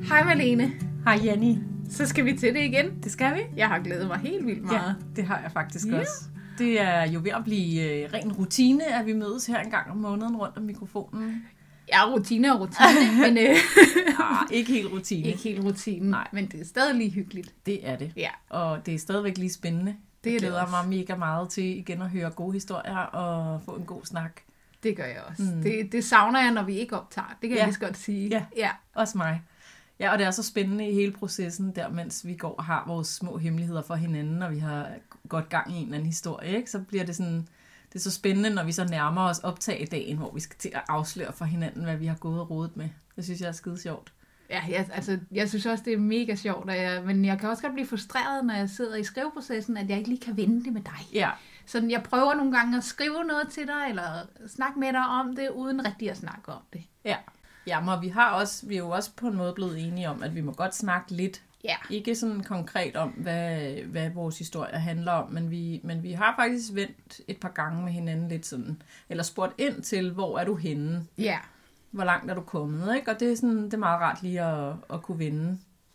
Hej Malene. Hej Janni. Så skal vi til det igen. Det skal vi. Jeg har glædet mig helt vildt meget. Ja, det har jeg faktisk også. Det er jo ved at blive ren rutine, at vi mødes her en gang om måneden rundt om mikrofonen. Ja, rutine og rutine, men ikke helt rutine. ikke helt rutine, Nej. Men det er stadig lige hyggeligt. Det er det. Ja. Og det er stadigvæk lige spændende. Det er jeg det glæder også. mig mega meget til igen at høre gode historier og få en god snak. Det gør jeg også. Det savner jeg, når vi ikke optager. Det kan jeg lige så godt sige. Ja, også mig. Ja, og det er så spændende i hele processen, der mens vi går og har vores små hemmeligheder for hinanden, og vi har godt gang i en eller anden historie, ikke? Så bliver det sådan, det er så spændende, når vi så nærmer os optage dagen, hvor vi skal til at afsløre for hinanden, hvad vi har gået og rodet med. Det synes jeg er skide sjovt. Ja, jeg synes også, det er mega sjovt, men jeg kan også godt blive frustreret, når jeg sidder i skriveprocessen, at jeg ikke lige kan vende det med dig. Ja. Så jeg prøver nogle gange at skrive noget til dig, eller snakke med dig om det, uden rigtig at snakke om det. Ja. Ja, men vi er jo også på en måde blevet enige om, at vi må godt snakke lidt. Ja. Ikke sådan konkret om, hvad vores historie handler om, men vi har faktisk vendt et par gange med hinanden lidt sådan, eller spurgt ind til, hvor er du henne? Ja. Hvor langt er du kommet, ikke? Og det er, sådan, det er meget rart lige at kunne vende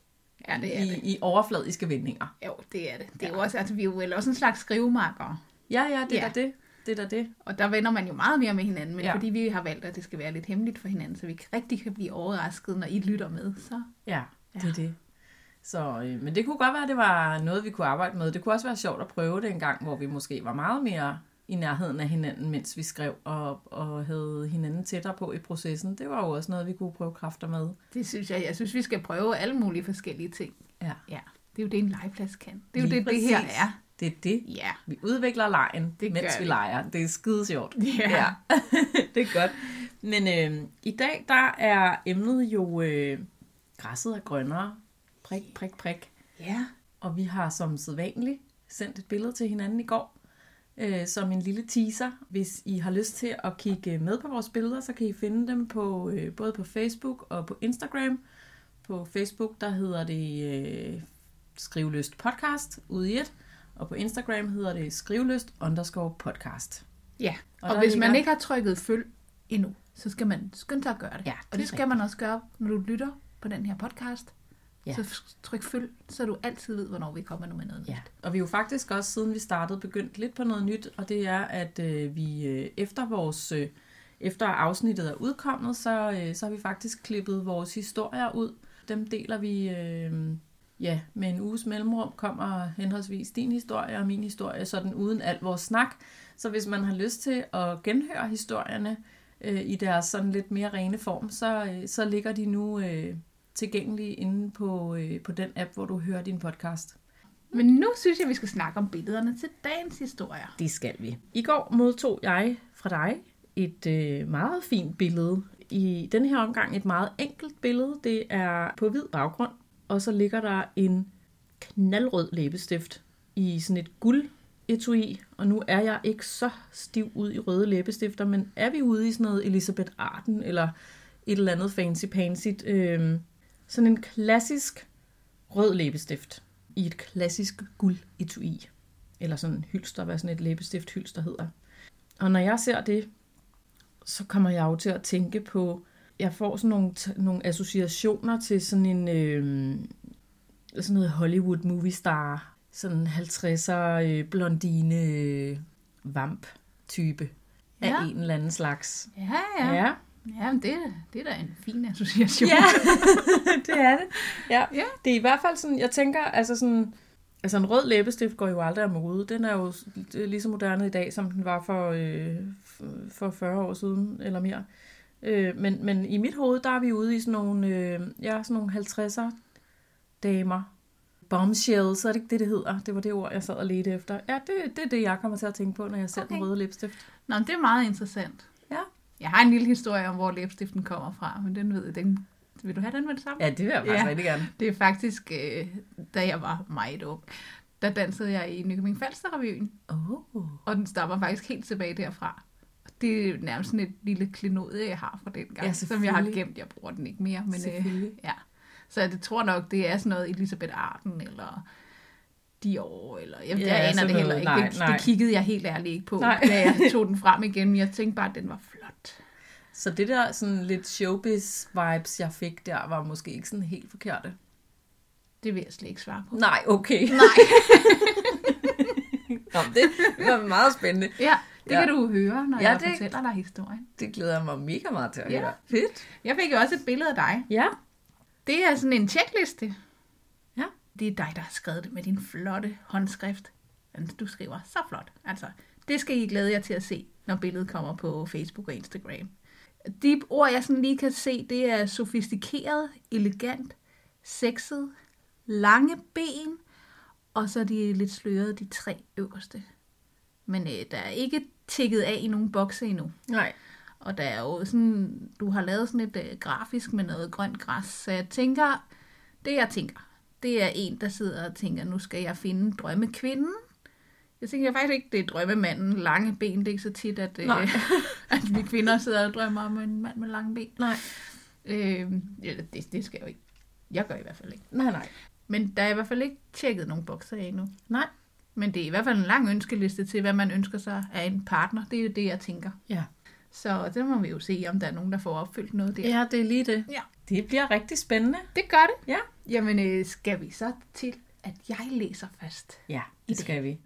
i overfladiske vendinger. Jo, det er det. Det er jo også, altså, vi er jo vel også en slags skrivemarkere. Ja, det er da det. Det er da det. Og der vender man jo meget mere med hinanden, men fordi vi har valgt, at det skal være lidt hemmeligt for hinanden, så vi rigtig kan blive overrasket, når I lytter med. Så. Ja, det er det. Så, men det kunne godt være, at det var noget, vi kunne arbejde med. Det kunne også være sjovt at prøve det en gang, hvor vi måske var meget mere i nærheden af hinanden, mens vi skrev, og havde hinanden tættere på i processen. Det var jo også noget, vi kunne prøve kræfter med. Det synes jeg. Jeg synes, vi skal prøve alle mulige forskellige ting. Ja. Det er jo det, en legeplads kan. Det er jo det her er. Det er det. Ja. Vi udvikler legen, mens vi leger. Det er skide sjovt. Ja. Det er godt. Men i dag, der er emnet jo græsset er grønnere. Prik, prik, prik. Ja. Og vi har som sædvanligt sendt et billede til hinanden i går, som en lille teaser. Hvis I har lyst til at kigge med på vores billeder, så kan I finde dem på både på Facebook og på Instagram. På Facebook, der hedder det Skrivelyst Podcast, ude i et. Og på Instagram hedder det skrivelyst_podcast. Ja, og hvis man ikke har trykket følg endnu, så skal man skynde sig at gøre det. Ja, og det skal man også gøre, når du lytter på den her podcast. Ja. Så tryk følg, så du altid ved, hvornår vi kommer med noget nyt. Og vi er jo faktisk også, siden vi startede, begyndt lidt på noget nyt, og det er, at vi efter afsnittet er udkommet, så har vi faktisk klippet vores historier ud. Dem deler vi med en uges mellemrum, kommer henholdsvis din historie og min historie, sådan uden al vores snak. Så hvis man har lyst til at genhøre historierne i deres sådan lidt mere rene form, så ligger de nu tilgængelige inde på den app, hvor du hører din podcast. Men nu synes jeg, vi skal snakke om billederne til dagens historier. Det skal vi. I går modtog jeg fra dig et meget fint billede. I den her omgang et meget enkelt billede. Det er på hvid baggrund, og så ligger der en knaldrød læbestift i sådan et guldetui. Og nu er jeg ikke så stiv ud i røde læbestifter, men er vi ude i sådan noget Elisabeth Arden eller et eller andet fancy-pansy. Sådan en klassisk rød læbestift i et klassisk guldetui. Eller sådan en hylster, hvad sådan et læbestift-hylster hedder. Og når jeg ser det, så kommer jeg jo til at tænke på, jeg får sådan nogle associationer til sådan en sådan noget Hollywood movie star, sådan 50'er blondine vamp type af en eller anden slags. Ja. Ja, men det er da en fin association. Ja, det er det. Ja. Det er i hvert fald sådan, jeg tænker, altså en rød læbestift går jo aldrig af mode. Den er jo lige så moderne i dag, som den var for 40 år siden eller mere. Men i mit hoved, der er vi ude i sådan nogle 50'er damer. Bombshells, er det ikke det hedder? Det var det ord, jeg sad og ledte efter. Ja, det er det, jeg kommer til at tænke på, når jeg ser den røde læbestift. Nå, det er meget interessant. Ja. Jeg har en lille historie om, hvor læbestiften kommer fra, men vil du have den med det samme? Ja, det vil jeg faktisk rigtig gerne. Det er faktisk, da jeg var meget ung, der dansede jeg i Nykøbing Falster-revyen. Og den stammer faktisk helt tilbage derfra. Det er nærmest sådan et lille klenodie, jeg har fra den gang, som jeg har gemt. Jeg bruger den ikke mere, men Så jeg tror nok, det er sådan noget Elisabeth Arden, eller Dior, eller jeg aner det heller ikke. Det kiggede jeg helt ærligt ikke på, da jeg tog den frem igen. Jeg tænkte bare, at den var flot. Så det der sådan lidt showbiz-vibes, jeg fik der, var måske ikke sådan helt forkerte. Det vil jeg slet ikke svare på. Nej, okay. Nej. Nå, det var meget spændende. Ja, det kan du høre, når jeg det, fortæller dig historien. Det glæder jeg mig mega meget til at høre. Fedt. Jeg fik jo også et billede af dig. Ja. Det er sådan en checkliste. Ja. Det er dig, der har skrevet det med din flotte håndskrift. Du skriver så flot. Altså, det skal I glæde jer til at se, når billedet kommer på Facebook og Instagram. De ord, jeg sådan lige kan se, det er sofistikeret, elegant, sexet, lange ben, og så er de lidt slørede, de 3 øverste. Men der er ikke tækket af i nogen bokse endnu. Nej. Og der er jo sådan, du har lavet sådan et grafisk med noget grønt græs, så jeg tænker, det er en, der sidder og tænker, nu skal jeg finde drømmekvinden. Jeg tænker faktisk ikke, det er drømmemanden, lange ben. Det er ikke så tit, at vi kvinder sidder og drømmer om en mand med lange ben. Nej. Det skal jeg jo ikke. Jeg gør i hvert fald ikke. Nej. Men der er i hvert fald ikke tjekket nogen bokser af endnu. Nej. Men det er i hvert fald en lang ønskeliste til, hvad man ønsker sig af en partner. Det er jo det, jeg tænker. Ja. Så det må vi jo se, om der er nogen, der får opfyldt noget der. Ja, det er lige det. Ja. Det bliver rigtig spændende. Det gør det. Ja. Jamen, skal vi så til, at jeg læser først? Ja, det skal vi.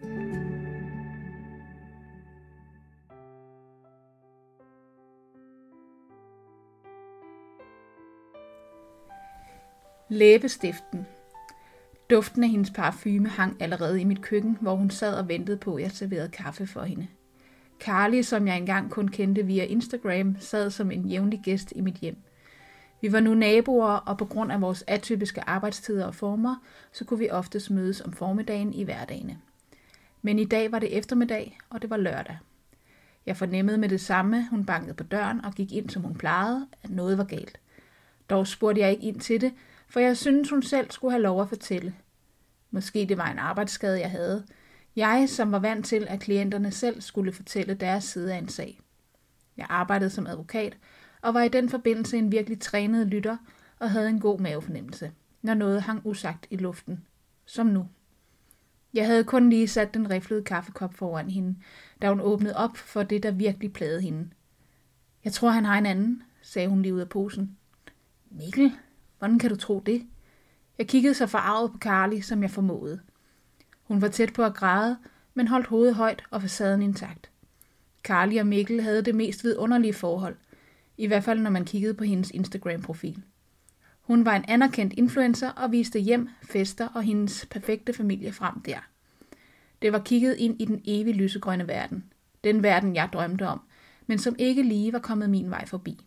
Læbestiften. Duften af hendes parfume hang allerede i mit køkken, hvor hun sad og ventede på, at jeg serverede kaffe for hende. Carly, som jeg engang kun kendte via Instagram, sad som en jævnlig gæst i mit hjem. Vi var nu naboer, og på grund af vores atypiske arbejdstider og former, så kunne vi oftest mødes om formiddagen i hverdagene. Men i dag var det eftermiddag, og det var lørdag. Jeg fornemmede med det samme, hun bankede på døren og gik ind, som hun plejede, at noget var galt. Dog spurgte jeg ikke ind til det, for jeg syntes, hun selv skulle have lov at fortælle. Måske det var en arbejdsskade, jeg havde. Jeg, som var vant til, at klienterne selv skulle fortælle deres side af en sag. Jeg arbejdede som advokat, og var i den forbindelse en virkelig trænet lytter, og havde en god mavefornemmelse, når noget hang usagt i luften. Som nu. Jeg havde kun lige sat den riflede kaffekop foran hende, da hun åbnede op for det, der virkelig plagede hende. Jeg tror, han har en anden, sagde hun lige ud af posen. Mikkel, hvordan kan du tro det? Jeg kiggede så forarvet på Carly, som jeg formåede. Hun var tæt på at græde, men holdt hovedet højt og facaden intakt. Carly og Mikkel havde det mest vidunderlige forhold, i hvert fald når man kiggede på hendes Instagram-profil. Hun var en anerkendt influencer og viste hjem, fester og hendes perfekte familie frem der. Det var kigget ind i den evige lysegrønne verden. Den verden, jeg drømte om, men som ikke lige var kommet min vej forbi.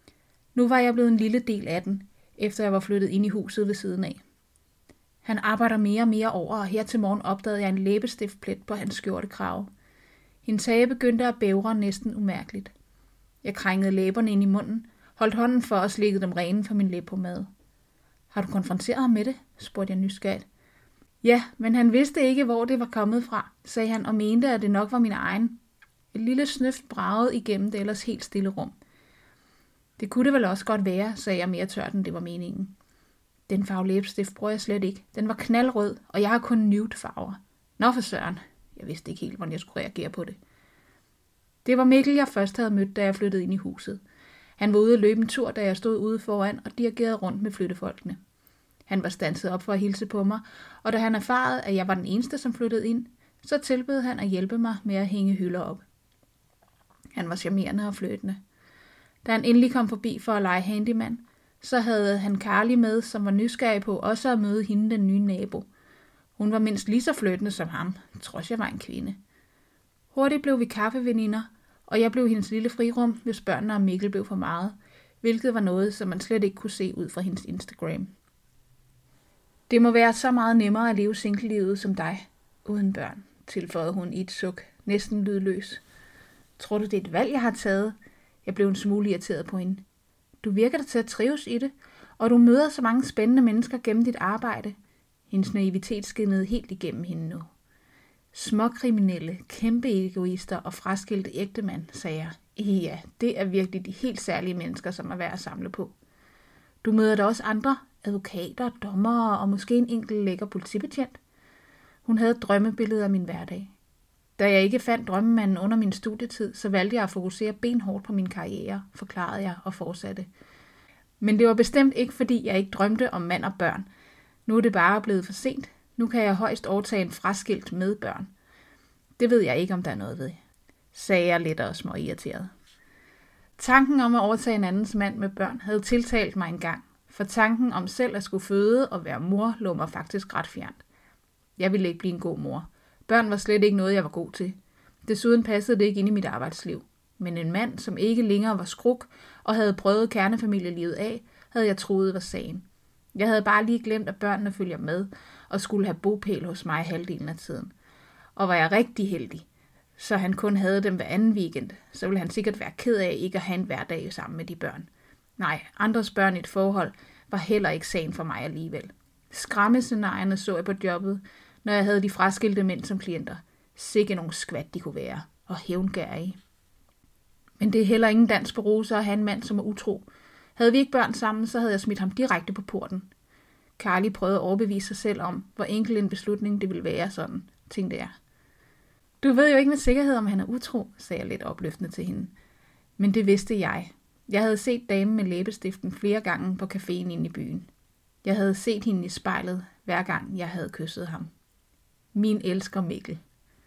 Nu var jeg blevet en lille del af den, efter jeg var flyttet ind i huset ved siden af. Han arbejder mere og mere over, og her til morgen opdagede jeg en læbestiftplet på hans skjortekrave. Hendes hage begyndte at bævre næsten umærkeligt. Jeg krængede læberne ind i munden, holdt hånden for og slikkede dem rene for min læbpomade. Har du konfronteret ham med det? Spurgte jeg nysgerrigt. Ja, men han vidste ikke, hvor det var kommet fra, sagde han og mente, at det nok var min egen. Et lille snøft bragede igennem det ellers helt stille rum. Det kunne det vel også godt være, sagde jeg mere tørt, end det var meningen. Den farve læbestift bruger jeg slet ikke. Den var knaldrød, og jeg har kun nude farver. Nå for søren. Jeg vidste ikke helt, hvordan jeg skulle reagere på det. Det var Mikkel, jeg først havde mødt, da jeg flyttede ind i huset. Han var ude at løbe en tur, da jeg stod ude foran og dirigerede rundt med flyttefolkene. Han var standset op for at hilse på mig, og da han erfarede, at jeg var den eneste, som flyttede ind, så tilbød han at hjælpe mig med at hænge hylder op. Han var charmerende og flirtende. Da han endelig kom forbi for at lege handyman, så havde han Carly med, som var nysgerrig på også at møde hende, den nye nabo. Hun var mindst lige så flirtende som ham, trods jeg var en kvinde. Hurtigt blev vi kaffeveninder, og jeg blev hendes lille frirum, hvis børnene og Mikkel blev for meget, hvilket var noget, som man slet ikke kunne se ud fra hendes Instagram. Det må være så meget nemmere at leve singlelivet som dig, uden børn, tilføjede hun i et suk, næsten lydløs. Tror du, det er et valg, jeg har taget? Jeg blev en smule irriteret på hende. Du virker da til at trives i det, og du møder så mange spændende mennesker gennem dit arbejde. Hendes naivitet skinnede helt igennem hende nu. Småkriminelle, kæmpe egoister og fraskilte ægtemand, sagde jeg. Ja, det er virkelig de helt særlige mennesker, som er værd at samle på. Du møder da også andre, advokater, dommere og måske en enkelt lækker politibetjent. Hun havde et drømmebillede af min hverdag. Da jeg ikke fandt drømmemanden under min studietid, så valgte jeg at fokusere benhårdt på min karriere, forklarede jeg og fortsatte. Men det var bestemt ikke, fordi jeg ikke drømte om mand og børn. Nu er det bare blevet for sent. Nu kan jeg højst overtage en fraskilt med børn. Det ved jeg ikke, om der er noget ved, sagde jeg lidt og småirriteret. Tanken om at overtage en andens mand med børn havde tiltalt mig engang, for tanken om selv at skulle føde og være mor lå mig faktisk ret fjernt. Jeg ville ikke blive en god mor. Børn var slet ikke noget, jeg var god til. Desuden passede det ikke ind i mit arbejdsliv. Men en mand, som ikke længere var skruk og havde prøvet kernefamilielivet af, havde jeg troet var sagen. Jeg havde bare lige glemt, at børnene følger med og skulle have bopæl hos mig halvdelen af tiden. Og var jeg rigtig heldig, så han kun havde dem hver anden weekend, så ville han sikkert være ked af ikke at have en hverdag sammen med de børn. Nej, andres børn i et forhold var heller ikke sagen for mig alligevel. Skræmmescenarierne så jeg på jobbet, når jeg havde de fraskilte mænd som klienter. Sikke nogle skvat de kunne være, og hævngærige. Men det er heller ingen dans på roser at have en mand, som er utro. Havde vi ikke børn sammen, så havde jeg smidt ham direkte på porten. Carly prøvede at overbevise sig selv om, hvor enkel en beslutning det ville være sådan, tænkte jeg. Du ved jo ikke med sikkerhed, om han er utro, sagde jeg lidt opløftende til hende. Men det vidste jeg. Jeg havde set damen med læbestiften flere gange på caféen inde i byen. Jeg havde set hende i spejlet, hver gang jeg havde kysset ham. Min elsker Mikkel.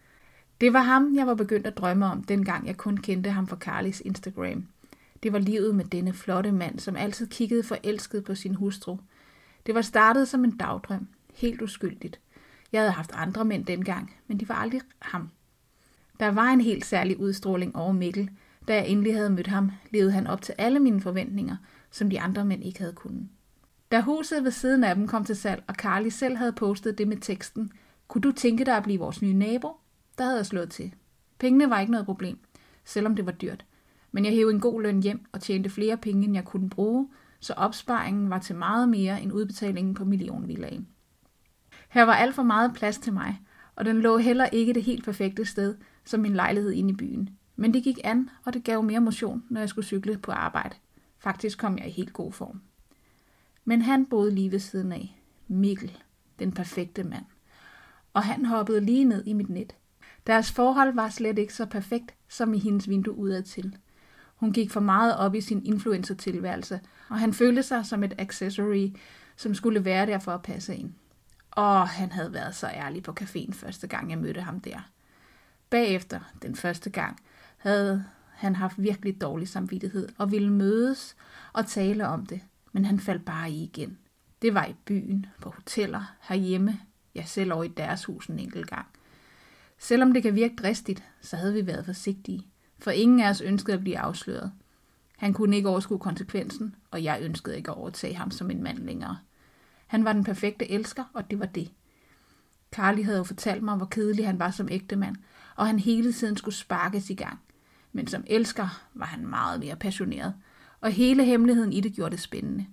Det var ham, jeg var begyndt at drømme om, dengang jeg kun kendte ham fra Carlys Instagram. Det var livet med denne flotte mand, som altid kiggede forelsket på sin hustru. Det var startet som en dagdrøm, helt uskyldigt. Jeg havde haft andre mænd dengang, men de var aldrig ham. Der var en helt særlig udstråling over Mikkel. Da jeg endelig havde mødt ham, levede han op til alle mine forventninger, som de andre mænd ikke havde kunnet. Da huset ved siden af dem kom til salg, og Carly selv havde postet det med teksten, kunne du tænke dig at blive vores nye nabo? Der havde jeg slået til. Pengene var ikke noget problem, selvom det var dyrt. Men jeg hævde en god løn hjem og tjente flere penge, end jeg kunne bruge, så opsparingen var til meget mere end udbetalingen på millionvillaen. Her var alt for meget plads til mig, og den lå heller ikke det helt perfekte sted, som min lejlighed inde i byen. Men det gik an, og det gav mere motion, når jeg skulle cykle på arbejde. Faktisk kom jeg i helt god form. Men han boede lige ved siden af. Mikkel, den perfekte mand. Og han hoppede lige ned i mit net. Deres forhold var slet ikke så perfekt, som i hendes vindue udadtil. Hun gik for meget op i sin influencer-tilværelse, og han følte sig som et accessory, som skulle være der for at passe ind. Og han havde været så ærlig på caféen første gang, jeg mødte ham der. Bagefter, den første gang, havde han haft virkelig dårlig samvittighed og ville mødes og tale om det, men han faldt bare i igen. Det var i byen, på hoteller, herhjemme, ja selv over i deres hus en enkelt gang. Selvom det kan virke dristigt, så havde vi været forsigtige, for ingen af os ønskede at blive afsløret. Han kunne ikke overskue konsekvensen, og jeg ønskede ikke at overtage ham som en mand længere. Han var den perfekte elsker, og det var det. Carly havde jo fortalt mig, hvor kedelig han var som ægtemand, og han hele tiden skulle sparkes i gang. Men som elsker var han meget mere passioneret, og hele hemmeligheden i det gjorde det spændende.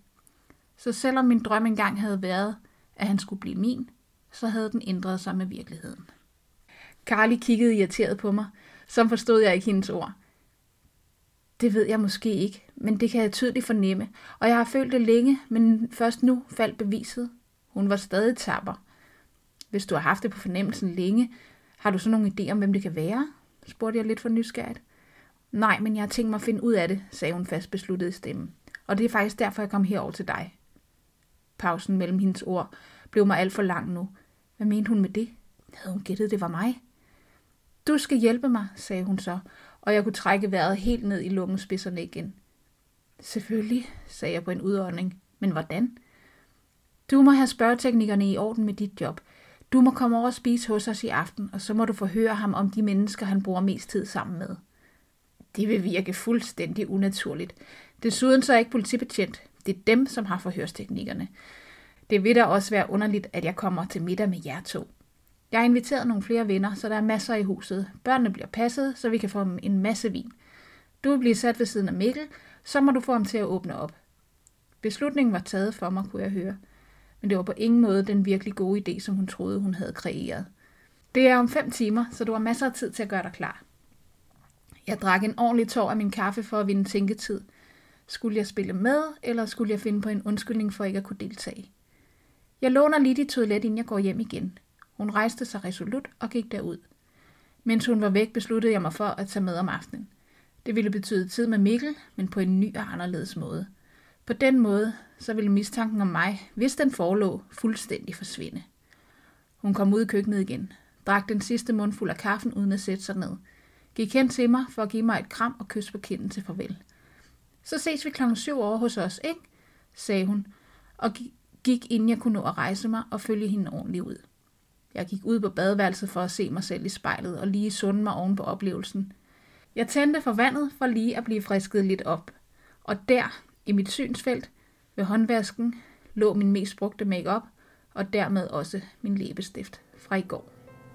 Så selvom min drøm engang havde været, at han skulle blive min, så havde den ændret sig med virkeligheden. Carly kiggede irriteret på mig, som forstod jeg ikke hendes ord. Det ved jeg måske ikke, men det kan jeg tydeligt fornemme, og jeg har følt det længe, men først nu faldt beviset. Hun var stadig tapper. Hvis du har haft det på fornemmelsen længe, har du så nogle idéer om, hvem det kan være? Spurgte jeg lidt for nysgerrigt. Nej, men jeg har tænkt mig at finde ud af det, sagde hun fast besluttet i stemmen. Og det er faktisk derfor, jeg kom herover til dig. Pausen mellem hendes ord blev mig alt for lang nu. Hvad mente hun med det? Havde hun gættet, det var mig? Du skal hjælpe mig, sagde hun så, og jeg kunne trække vejret helt ned i lungespidserne igen. Selvfølgelig, sagde jeg på en udånding. Men hvordan? Du må have spørgeteknikkerne i orden med dit job. Du må komme over og spise hos os i aften, og så må du forhøre ham om de mennesker, han bruger mest tid sammen med. Det vil virke fuldstændig unaturligt. Desuden så er jeg ikke politibetjent. Det er dem, som har forhørsteknikkerne. Det vil da også være underligt, at jeg kommer til middag med jer to. Jeg har inviteret nogle flere venner, så der er masser i huset. Børnene bliver passet, så vi kan få dem en masse vin. Du vil blive sat ved siden af Mikkel, så må du få ham til at åbne op. Beslutningen var taget for mig, kunne jeg høre. Men det var på ingen måde den virkelig gode idé, som hun troede, hun havde kreeret. Det er om 5 timer, så du har masser af tid til at gøre dig klar. Jeg drak en ordentlig tår af min kaffe for at vinde tænketid. Skulle jeg spille med, eller skulle jeg finde på en undskyldning for ikke at kunne deltage? Jeg låner lige dit toilet, inden jeg går hjem igen. Hun rejste sig resolut og gik derud. Mens hun var væk, besluttede jeg mig for at tage med om aftenen. Det ville betyde tid med Mikkel, men på en ny og anderledes måde. På den måde, så ville mistanken om mig, hvis den forelå, fuldstændig forsvinde. Hun kom ud i køkkenet igen, drak den sidste mundfuld af kaffen uden at sætte sig ned. Gik hen til mig for at give mig et kram og kys på kinden til farvel. Så ses vi 7:00 over hos os, ikke? Sagde hun, og gik inden jeg kunne nå at rejse mig og følge hende ordentligt ud. Jeg gik ud på badeværelset for at se mig selv i spejlet og lige sunde mig oven på oplevelsen. Jeg tændte for vandet for lige at blive frisket lidt op. Og der, i mit synsfelt, ved håndvasken, lå min mest brugte makeup og dermed også min læbestift fra i går.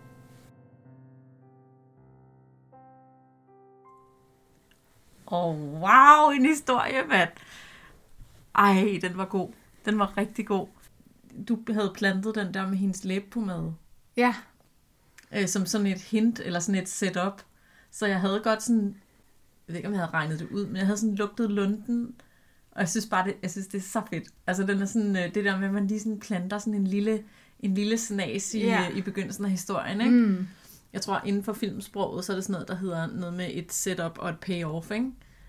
Wow, en historie, mand. Ej, den var god. Den var rigtig god. Du havde plantet den der med hendes læbepomade. Ja. Som sådan et hint, eller sådan et setup. Så jeg havde godt sådan, jeg ved ikke, om jeg havde regnet det ud, men jeg havde sådan lugtet lunden, og jeg synes bare, det er så fedt. Altså den er sådan, det der med, at man lige sådan planter sådan en lille snas i begyndelsen af historien, ikke? Mm. Jeg tror, inden for filmsproget, så er det sådan noget, der hedder noget med et setup og et payoff, ikke?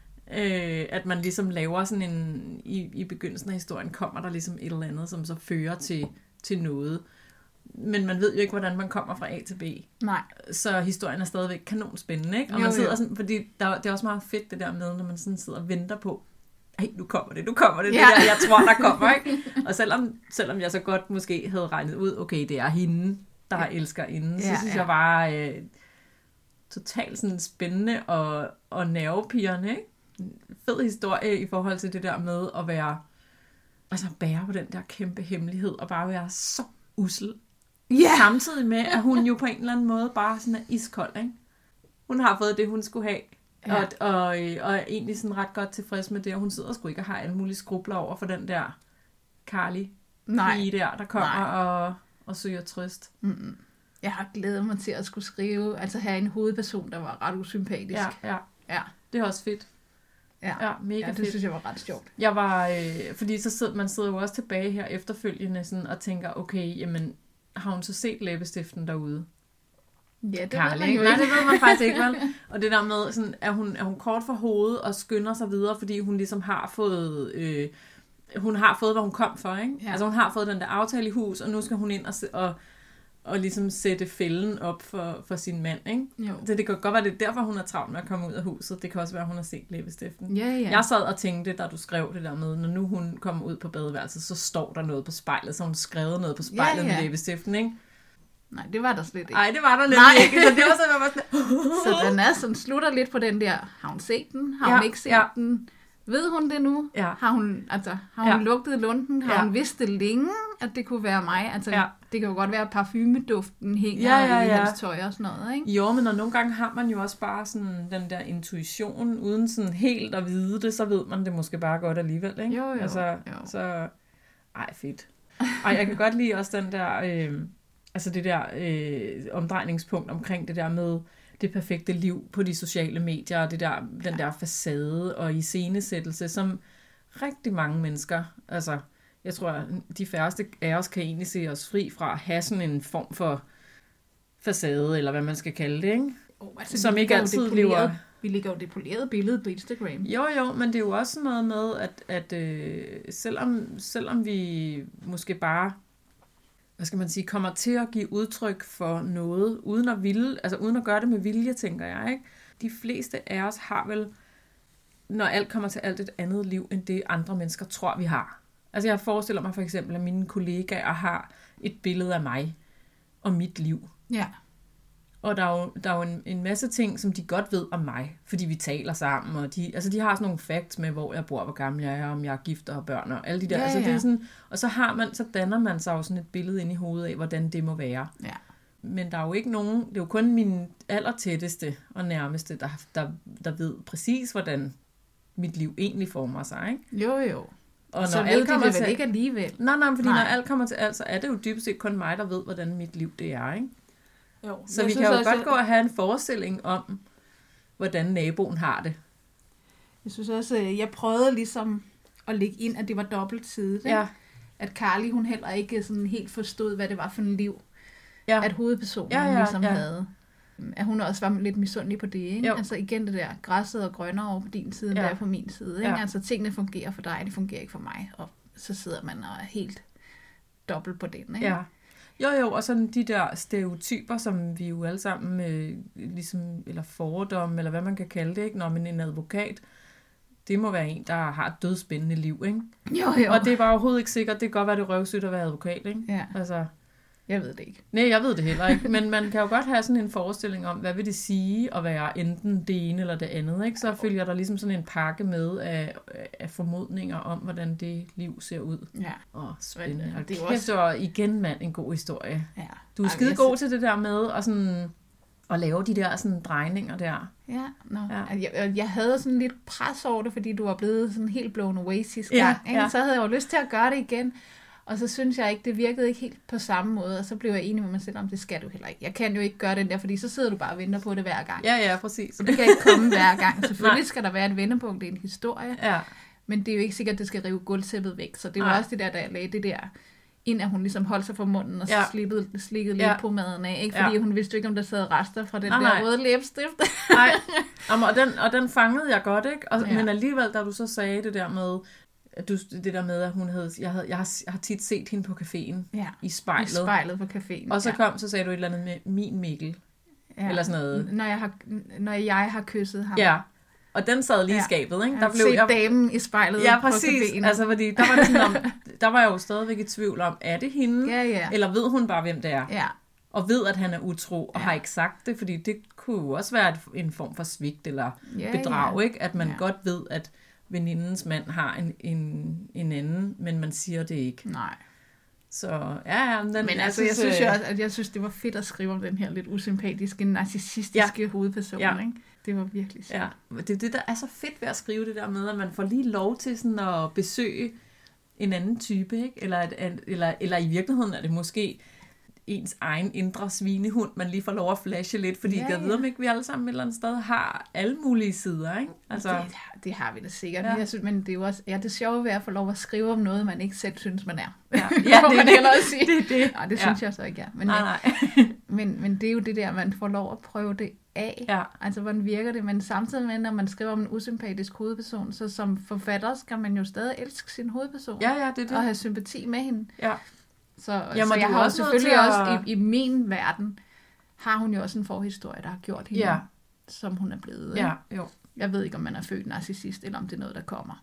At man ligesom laver sådan en, i begyndelsen af historien, kommer der ligesom et eller andet, som så fører til noget. Men man ved jo ikke, hvordan man kommer fra A til B. Nej. Så historien er stadigvæk kanonspændende, ikke? Og man sidder sådan, fordi det er også meget fedt det der med, når man sådan sidder og venter på, ej, nu kommer det, det der, jeg tror, der kommer, ikke? Og selvom jeg så godt måske havde regnet ud, okay, det er hende, der elsker inden, så synes jeg bare totalt sådan spændende og nervepirrende, ikke? Fed historie i forhold til det der med at være, altså bære på den der kæmpe hemmelighed, og bare være så ussel. Yeah. Samtidig med, at hun jo på en eller anden måde bare sådan er iskold, ikke? Hun har fået det, hun skulle have, og er egentlig sådan ret godt tilfreds med det, og hun sidder sgu ikke og har alle mulige skrubler over for den der Carly pige der kommer og søger trøst. Mm-mm. Jeg har glædet mig til at skulle skrive, altså have en hovedperson, der var ret usympatisk. Ja. Det er også fedt. Ja, mega det fedt. Synes jeg var ret sjovt. Jeg var, fordi man sidder jo også tilbage her efterfølgende sådan, og tænker, okay, jamen, har hun så set læbestiften derude? Ja, det Carly, ved man jo ikke. ikke. Nej, det ved man faktisk ikke, vel? Og det der med, sådan, er hun kort for hovedet og skynder sig videre, fordi hun ligesom har fået, hvad hun kom for, ikke? Ja. Altså hun har fået den der aftale i hus, og nu skal hun ind og ligesom sætte fælden op for sin mand, ikke? Jo. Så det kan godt være, det er derfor, hun er travlt med at komme ud af huset. Det kan også være, hun har set læbestiften. Ja. Jeg sad og tænkte, da du skrev det der med, når nu hun kommer ud på badeværelset, så står der noget på spejlet, så hun skrevet noget på spejlet med læbestiften, ikke? Nej, det var der slet ikke. Nej, det var der lidt ikke. Så det var så den er sådan, slutter lidt på den der, har hun set den? Har hun ikke set den? Ved hun det nu? Ja. Har hun lugtet lunden? Har hun vidst det længe, at det kunne være mig? Altså, det kan jo godt være, at parfumeduften hænger i hans tøj og sådan noget, ikke? Jo, men nogle gange har man jo også bare sådan den der intuition, uden sådan helt at vide det, så ved man det måske bare godt alligevel, ikke? Jo. Altså, så, fedt. Ej, jeg kan godt lide også den der, altså det der omdrejningspunkt omkring det der med det perfekte liv på de sociale medier, og den der facade og iscenesættelse, som rigtig mange mennesker, altså jeg tror, de færreste af os kan egentlig se os fri fra at have sådan en form for facade, eller hvad man skal kalde det, ikke? Altså, som ikke altid lever. Vi lægger jo det polerede billede på Instagram. Jo, men det er jo også noget med, at selvom vi måske bare, hvad skal man sige, kommer til at give udtryk for noget, uden at gøre det med vilje, tænker jeg, ikke? De fleste af os har vel, når alt kommer til alt, et andet liv, end det andre mennesker tror, vi har. Altså jeg forestiller mig for eksempel, at mine kollegaer har et billede af mig og mit liv. Ja. Og der er jo en masse ting, som de godt ved om mig, fordi vi taler sammen, og de har sådan nogle facts med, hvor jeg bor, hvor gammel jeg er, om jeg er gift og har børn og alle de der. Altså, det er sådan, og så danner man sig jo sådan et billede ind i hovedet af, hvordan det må være. Ja. Men der er jo ikke nogen, det er jo kun mine allertætteste og nærmeste, der ved præcis, hvordan mit liv egentlig former sig, ikke? Jo. Og så ved de det vel ikke alligevel? Nej, fordi når alt kommer til alt, så er det jo dybest set kun mig, der ved, hvordan mit liv det er, ikke? Jo, så vi kan jo godt gå og have en forestilling om, hvordan naboen har det. Jeg synes også, jeg prøvede ligesom at lægge ind, at det var dobbeltsidigt. Ja. At Carly, hun heller ikke sådan helt forstod, hvad det var for en liv, at hovedpersonen ligesom havde. At hun også var lidt misundelig på det, ikke? Jo. Altså igen det der, græsset og grønnere over på din side, end det er på min side, ikke? Ja. Altså tingene fungerer for dig, det fungerer ikke for mig, og så sidder man og er helt dobbelt på den, ikke? Ja. Jo, og sådan de der stereotyper, som vi jo alle sammen, ligesom, eller fordomme, eller hvad man kan kalde det, ikke? Når man er en advokat, det må være en, der har et dødsspændende liv, ikke? Jo. Og det var overhovedet ikke sikkert, det kan godt være, det røvsygt at være advokat, ikke? Ja. Altså, Jeg ved det ikke. nej, jeg ved det heller ikke, men man kan jo godt have sådan en forestilling om, hvad vil det sige at være enten det ene eller det andet, ikke? Så følger der ligesom sådan en pakke med af formodninger om, hvordan det liv ser ud. Ja. Spændende. Men, Det er også igen, mand, en god historie. Ja. Du er skide god til det der med at lave de der sådan drejninger der. Ja, Ja. Jeg havde sådan lidt pres over det, fordi du var blevet sådan helt blown away sidste gang. Ikke? Ja. Så havde jeg jo lyst til at gøre det igen. Og så synes jeg ikke, det virkede ikke helt på samme måde. Og så blev jeg enig med mig selv om, det skal du heller ikke. Jeg kan jo ikke gøre den der, fordi så sidder du bare og venter på det hver gang. Ja, præcis. Så det kan ikke komme hver gang. Selvfølgelig skal der være et vendepunkt i en historie. Ja. Men det er jo ikke sikkert, at det skal rive gulvtæppet væk. Så det var også det der, da jeg lagde det der ind, at hun ligesom holdt sig for munden og slikkede lidt på maden af. Ikke? Fordi hun vidste jo ikke, om der sad rester fra den der røde læbestift. Nej, og den fangede jeg godt, ikke? Men alligevel, da du så sagde det der med, at hun havde, jeg har tit set hende på caféen i spejlet. I spejlet på caféen. Og så sagde du et eller andet med min Mikkel. Ja. Eller sådan noget. Når jeg har kysset ham. Ja. Og den sad lige i skabet, ikke? Der blev jeg damen i spejlet på caféen. Altså, fordi der var, det sådan, der var jeg jo stadigvæk i tvivl om, er det hende? Ja. Eller ved hun bare, hvem det er? Ja. Og ved, at han er utro, og har ikke sagt det, fordi det kunne jo også være en form for svigt eller bedrag, ikke? At man godt ved, at venindens mand har en anden, men man siger det ikke. Nej. Så men altså, jeg synes, det var fedt at skrive om den her lidt usympatiske, narcissistiske hovedperson, ikke? Det var virkelig sjovt. Ja, det er det, der er så fedt ved at skrive det der med, at man får lige lov til sådan at besøge en anden type, ikke? Eller i virkeligheden er det måske ens egen indre svinehund, man lige får lov at flashe lidt, fordi jeg ved, om ikke vi alle sammen et eller andet sted har alle mulige sider, ikke? Altså, det har vi da sikkert, men jeg synes, men det er jo også, det sjove ved at få lov at skrive om noget, man ikke selv synes, man er. Ja, det er det. Nej, det synes jeg så ikke, Men, men det er jo det der, man får lov at prøve det af. Ja. Altså, hvordan virker det? Men samtidig med, når man skriver om en usympatisk hovedperson, så som forfatter skal man jo stadig elske sin hovedperson. Ja, det er det. Og have sympati med hende. Ja. Så jeg har også selvfølgelig også i min verden, har hun jo også en forhistorie, der har gjort hende, som hun er blevet. Ja, jo. Jeg ved ikke, om man er født narcissist, eller om det er noget, der kommer.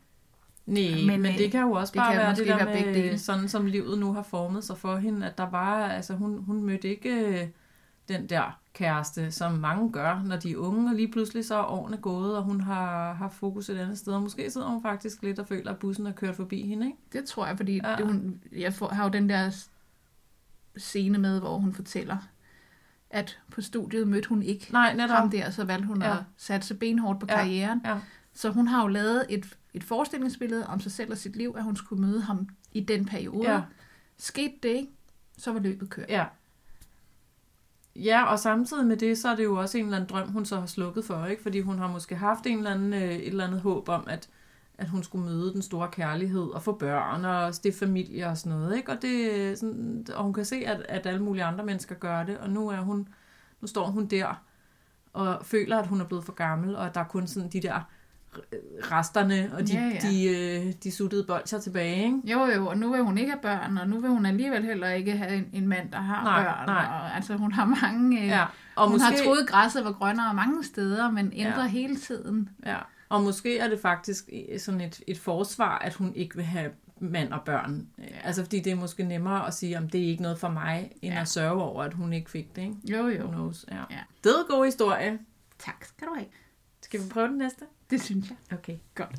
Nej, men det kan jo også bare være det der med, sådan som livet nu har formet sig for hende, at der var, altså hun mødte ikke den der kæreste, som mange gør, når de er unge, og lige pludselig så er årene gået, og hun har fokus et andet sted, og måske sidder hun faktisk lidt og føler, at bussen er kørt forbi hende, ikke? Det tror jeg, fordi jeg har jo den der scene med, hvor hun fortæller, at på studiet mødte hun ikke ham der, så valgte hun at satse benhårdt på karrieren. Ja. Så hun har jo lavet et forestillingsbillede om sig selv og sit liv, at hun skulle møde ham i den periode. Ja. Skete det ikke, så var løbet kørt. Ja. Ja, og samtidig med det, så er det jo også en eller anden drøm, hun så har slukket for, ikke? Fordi hun har måske haft et eller andet håb om, at hun skulle møde den store kærlighed og få børn og stifte familie og sådan noget, ikke? Og hun kan se, at alle mulige andre mennesker gør det, og nu står hun der og føler, at hun er blevet for gammel, og at der er kun sådan de der resterne og de suttede bolcher tilbage, ikke? Jo, og nu vil hun ikke have børn, og nu vil hun alligevel heller ikke have en mand, der har børn. Og, altså hun har mange... og hun har troet, græsset var grønnere mange steder, men ændrer hele tiden. Ja, og måske er det faktisk sådan et forsvar, at hun ikke vil have mand og børn. Ja. Altså fordi det er måske nemmere at sige, om det er ikke noget for mig, end at sørge over, at hun ikke fik det, ikke? Jo. Ja. Det er en god historie. Tak skal du have. Skal vi prøve den næste? Det synes jeg. Okay, godt.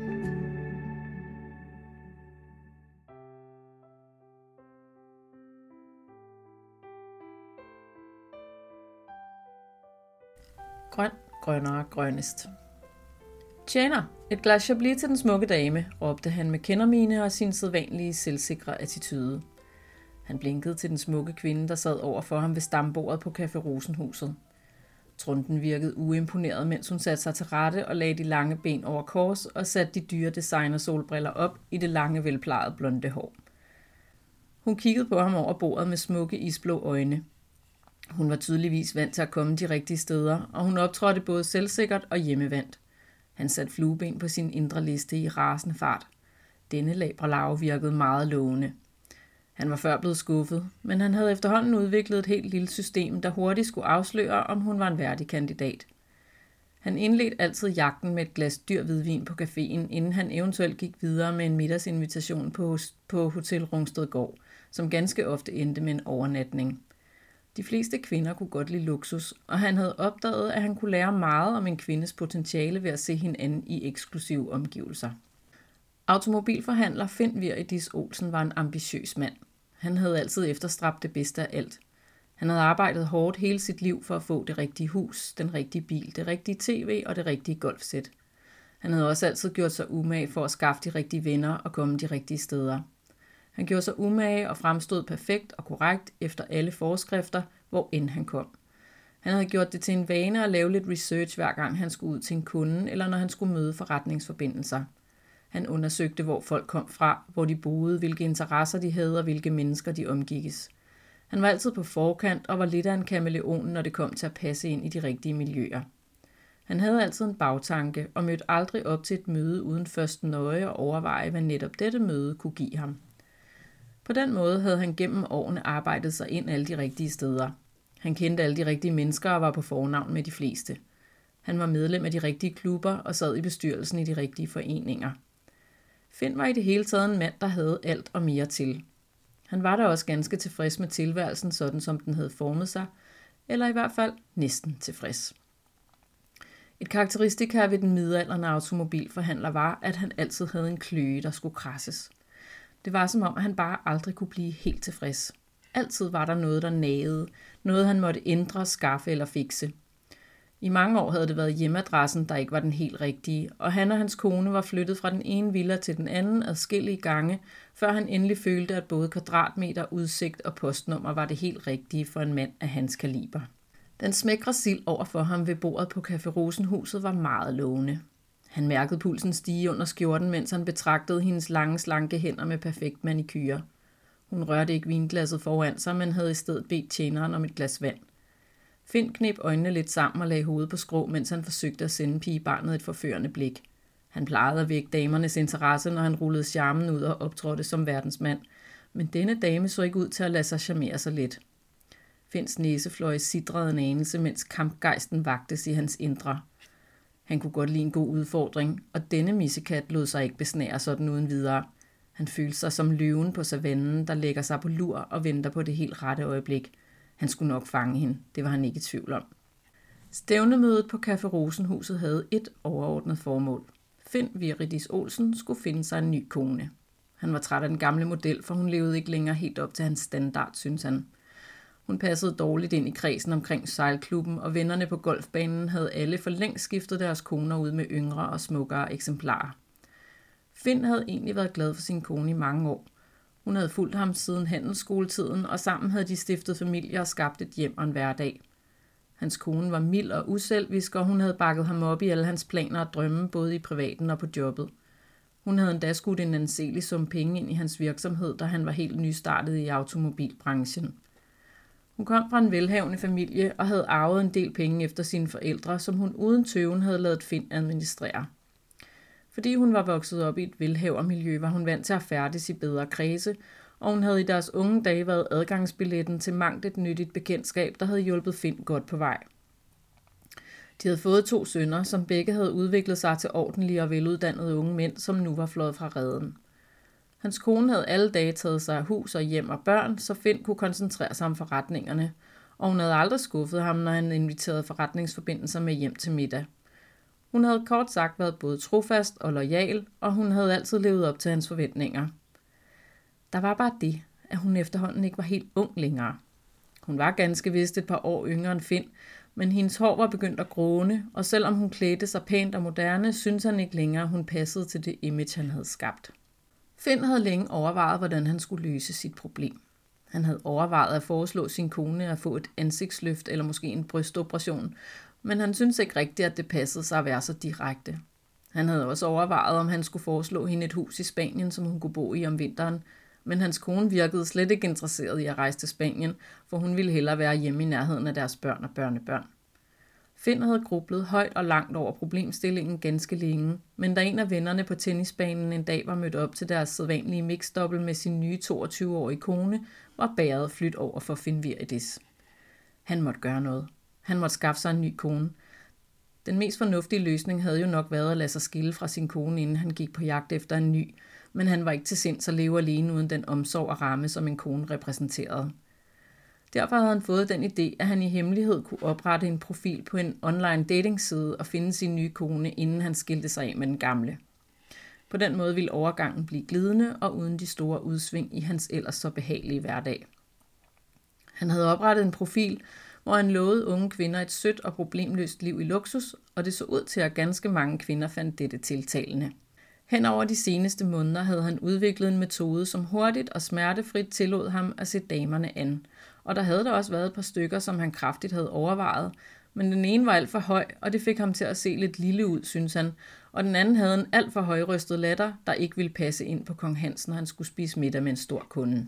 Grøn, grønnere, grønnest. Tjener, et glas chablis til den smukke dame, råbte han med kendermine og sin sædvanlige selvsikre attitude. Han blinkede til den smukke kvinde, der sad over for ham ved stambordet på Café Rosenhuset. Trunden virkede uimponeret, mens hun satte sig til rette og lagde de lange ben over kors og satte de dyre designer-solbriller op i det lange, velplejede blonde hår. Hun kiggede på ham over bordet med smukke isblå øjne. Hun var tydeligvis vant til at komme de rigtige steder, og hun optrådte både selvsikkert og hjemmevandt. Han satte flueben på sin indre liste i rasende fart. Denne labralav virkede meget lovende. Han var før blevet skuffet, men han havde efterhånden udviklet et helt lille system, der hurtigt skulle afsløre, om hun var en værdig kandidat. Han indledte altid jagten med et glas dyr hvidvin på caféen, inden han eventuelt gik videre med en middagsinvitation på Hotel Rungstedgård, som ganske ofte endte med en overnatning. De fleste kvinder kunne godt lide luksus, og han havde opdaget, at han kunne lære meget om en kvindes potentiale ved at se hinanden i eksklusive omgivelser. Automobilforhandler Finn Viridis Olsen var en ambitiøs mand. Han havde altid efterstræbt det bedste af alt. Han havde arbejdet hårdt hele sit liv for at få det rigtige hus, den rigtige bil, det rigtige tv og det rigtige golfsæt. Han havde også altid gjort sig umage for at skaffe de rigtige venner og komme de rigtige steder. Han gjorde sig umage og fremstod perfekt og korrekt efter alle forskrifter, hvor end han kom. Han havde gjort det til en vane at lave lidt research hver gang han skulle ud til en kunde eller når han skulle møde forretningsforbindelser. Han undersøgte, hvor folk kom fra, hvor de boede, hvilke interesser de havde og hvilke mennesker de omgikkes. Han var altid på forkant og var lidt af en kameleon, når det kom til at passe ind i de rigtige miljøer. Han havde altid en bagtanke og mødte aldrig op til et møde uden først nøje og overveje, hvad netop dette møde kunne give ham. På den måde havde han gennem årene arbejdet sig ind alle de rigtige steder. Han kendte alle de rigtige mennesker og var på fornavn med de fleste. Han var medlem af de rigtige klubber og sad i bestyrelsen i de rigtige foreninger. Finn var i det hele taget en mand, der havde alt og mere til. Han var da også ganske tilfreds med tilværelsen, sådan som den havde formet sig, eller i hvert fald næsten tilfreds. Et karakteristika ved den midaldrende automobilforhandler var, at han altid havde en kløe, der skulle krasses. Det var som om, at han bare aldrig kunne blive helt tilfreds. Altid var der noget, der nagede, noget han måtte ændre, skaffe eller fikse. I mange år havde det været hjemmeadressen, der ikke var den helt rigtige, og han og hans kone var flyttet fra den ene villa til den anden adskillige gange, før han endelig følte, at både kvadratmeter, udsigt og postnummer var det helt rigtige for en mand af hans kaliber. Den smækre sild over for ham ved bordet på Café Rosenhuset var meget lovende. Han mærkede pulsen stige under skjorten, mens han betragtede hendes lange, slanke hænder med perfekt manikyre. Hun rørte ikke vinglasset foran sig, men havde i stedet bedt tjeneren om et glas vand. Finn kneb øjnene lidt sammen og lagde hovedet på skrå, mens han forsøgte at sende pigebarnet et forførende blik. Han plejede at vække damernes interesse, når han rullede charmen ud og optrådte som verdensmand, men denne dame så ikke ud til at lade sig charmere så let. Finns næsefløje sidrede en anelse, mens kampgejsten vagtes i hans indre. Han kunne godt lide en god udfordring, og denne missekat lod sig ikke besnære sådan uden videre. Han følte sig som løven på savannen, der lægger sig på lur og venter på det helt rette øjeblik. Han skulle nok fange hende, det var han ikke i tvivl om. Stævnemødet på Café Rosenhuset havde et overordnet formål. Finn Viridis Olsen skulle finde sig en ny kone. Han var træt af den gamle model, for hun levede ikke længere helt op til hans standard, synes han. Hun passede dårligt ind i kredsen omkring sejlklubben, og vennerne på golfbanen havde alle for længst skiftet deres koner ud med yngre og smukkere eksemplarer. Finn havde egentlig været glad for sin kone i mange år. Hun havde fulgt ham siden handelsskoletiden, og sammen havde de stiftet familie og skabt et hjem og en hverdag. Hans kone var mild og uselvisk, og hun havde bakket ham op i alle hans planer og drømme, både i privaten og på jobbet. Hun havde endda skudt en anselig sum penge ind i hans virksomhed, da han var helt nystartet i automobilbranchen. Hun kom fra en velhavende familie og havde arvet en del penge efter sine forældre, som hun uden tøven havde ladet Finn administrere. Fordi hun var vokset op i et velhavermiljø, var hun vant til at færdes i bedre kredse, og hun havde i deres unge dage været adgangsbilletten til mangt et nyttigt bekendtskab, der havde hjulpet Finn godt på vej. De havde fået 2 sønner, som begge havde udviklet sig til ordentlige og veluddannede unge mænd, som nu var fløjet fra reden. Hans kone havde alle dage taget sig af hus og hjem og børn, så Finn kunne koncentrere sig om forretningerne, og hun havde aldrig skuffet ham, når han inviterede forretningsforbindelser med hjem til middag. Hun havde kort sagt været både trofast og loyal, og hun havde altid levet op til hans forventninger. Der var bare det, at hun efterhånden ikke var helt ung længere. Hun var ganske vist et par år yngre end Finn, men hendes hår var begyndt at gråne, og selvom hun klædte sig pænt og moderne, syntes han ikke længere, at hun passede til det image, han havde skabt. Finn havde længe overvejet, hvordan han skulle løse sit problem. Han havde overvejet at foreslå sin kone at få et ansigtsløft eller måske en brystoperation, men han syntes ikke rigtigt, at det passede sig at være så direkte. Han havde også overvejet, om han skulle foreslå hende et hus i Spanien, som hun kunne bo i om vinteren, Men hans kone virkede slet ikke interesseret i at rejse til Spanien, for hun ville hellere være hjemme i nærheden af deres børn og børnebørn. Finn havde grublet højt og langt over problemstillingen ganske længe, men da en af vennerne på tennisbanen en dag var mødt op til deres sædvanlige mixdobbel med sin nye 22-årige kone, var bæret flyttet over for Finn Viridis. Han måtte gøre noget. Han måtte skaffe sig en ny kone. Den mest fornuftige løsning havde jo nok været at lade sig skille fra sin kone, inden han gik på jagt efter en ny, men han var ikke til sinds at leve alene uden den omsorg og ramme, som en kone repræsenterede. Derfor havde han fået den idé, at han i hemmelighed kunne oprette en profil på en online datingside og finde sin nye kone, inden han skilte sig af med den gamle. På den måde ville overgangen blive glidende og uden de store udsving i hans ellers så behagelige hverdag. Han havde oprettet en profil, hvor han lovede unge kvinder et sødt og problemløst liv i luksus, og det så ud til, at ganske mange kvinder fandt dette tiltalende. Hen over de seneste måneder havde han udviklet en metode, som hurtigt og smertefrit tillod ham at se damerne an, og der havde der også været et par stykker, som han kraftigt havde overvejet, men den ene var alt for høj, og det fik ham til at se lidt lille ud, synes han, og den anden havde en alt for højrystet latter, der ikke ville passe ind på kong Hans, når han skulle spise middag med en stor kunde.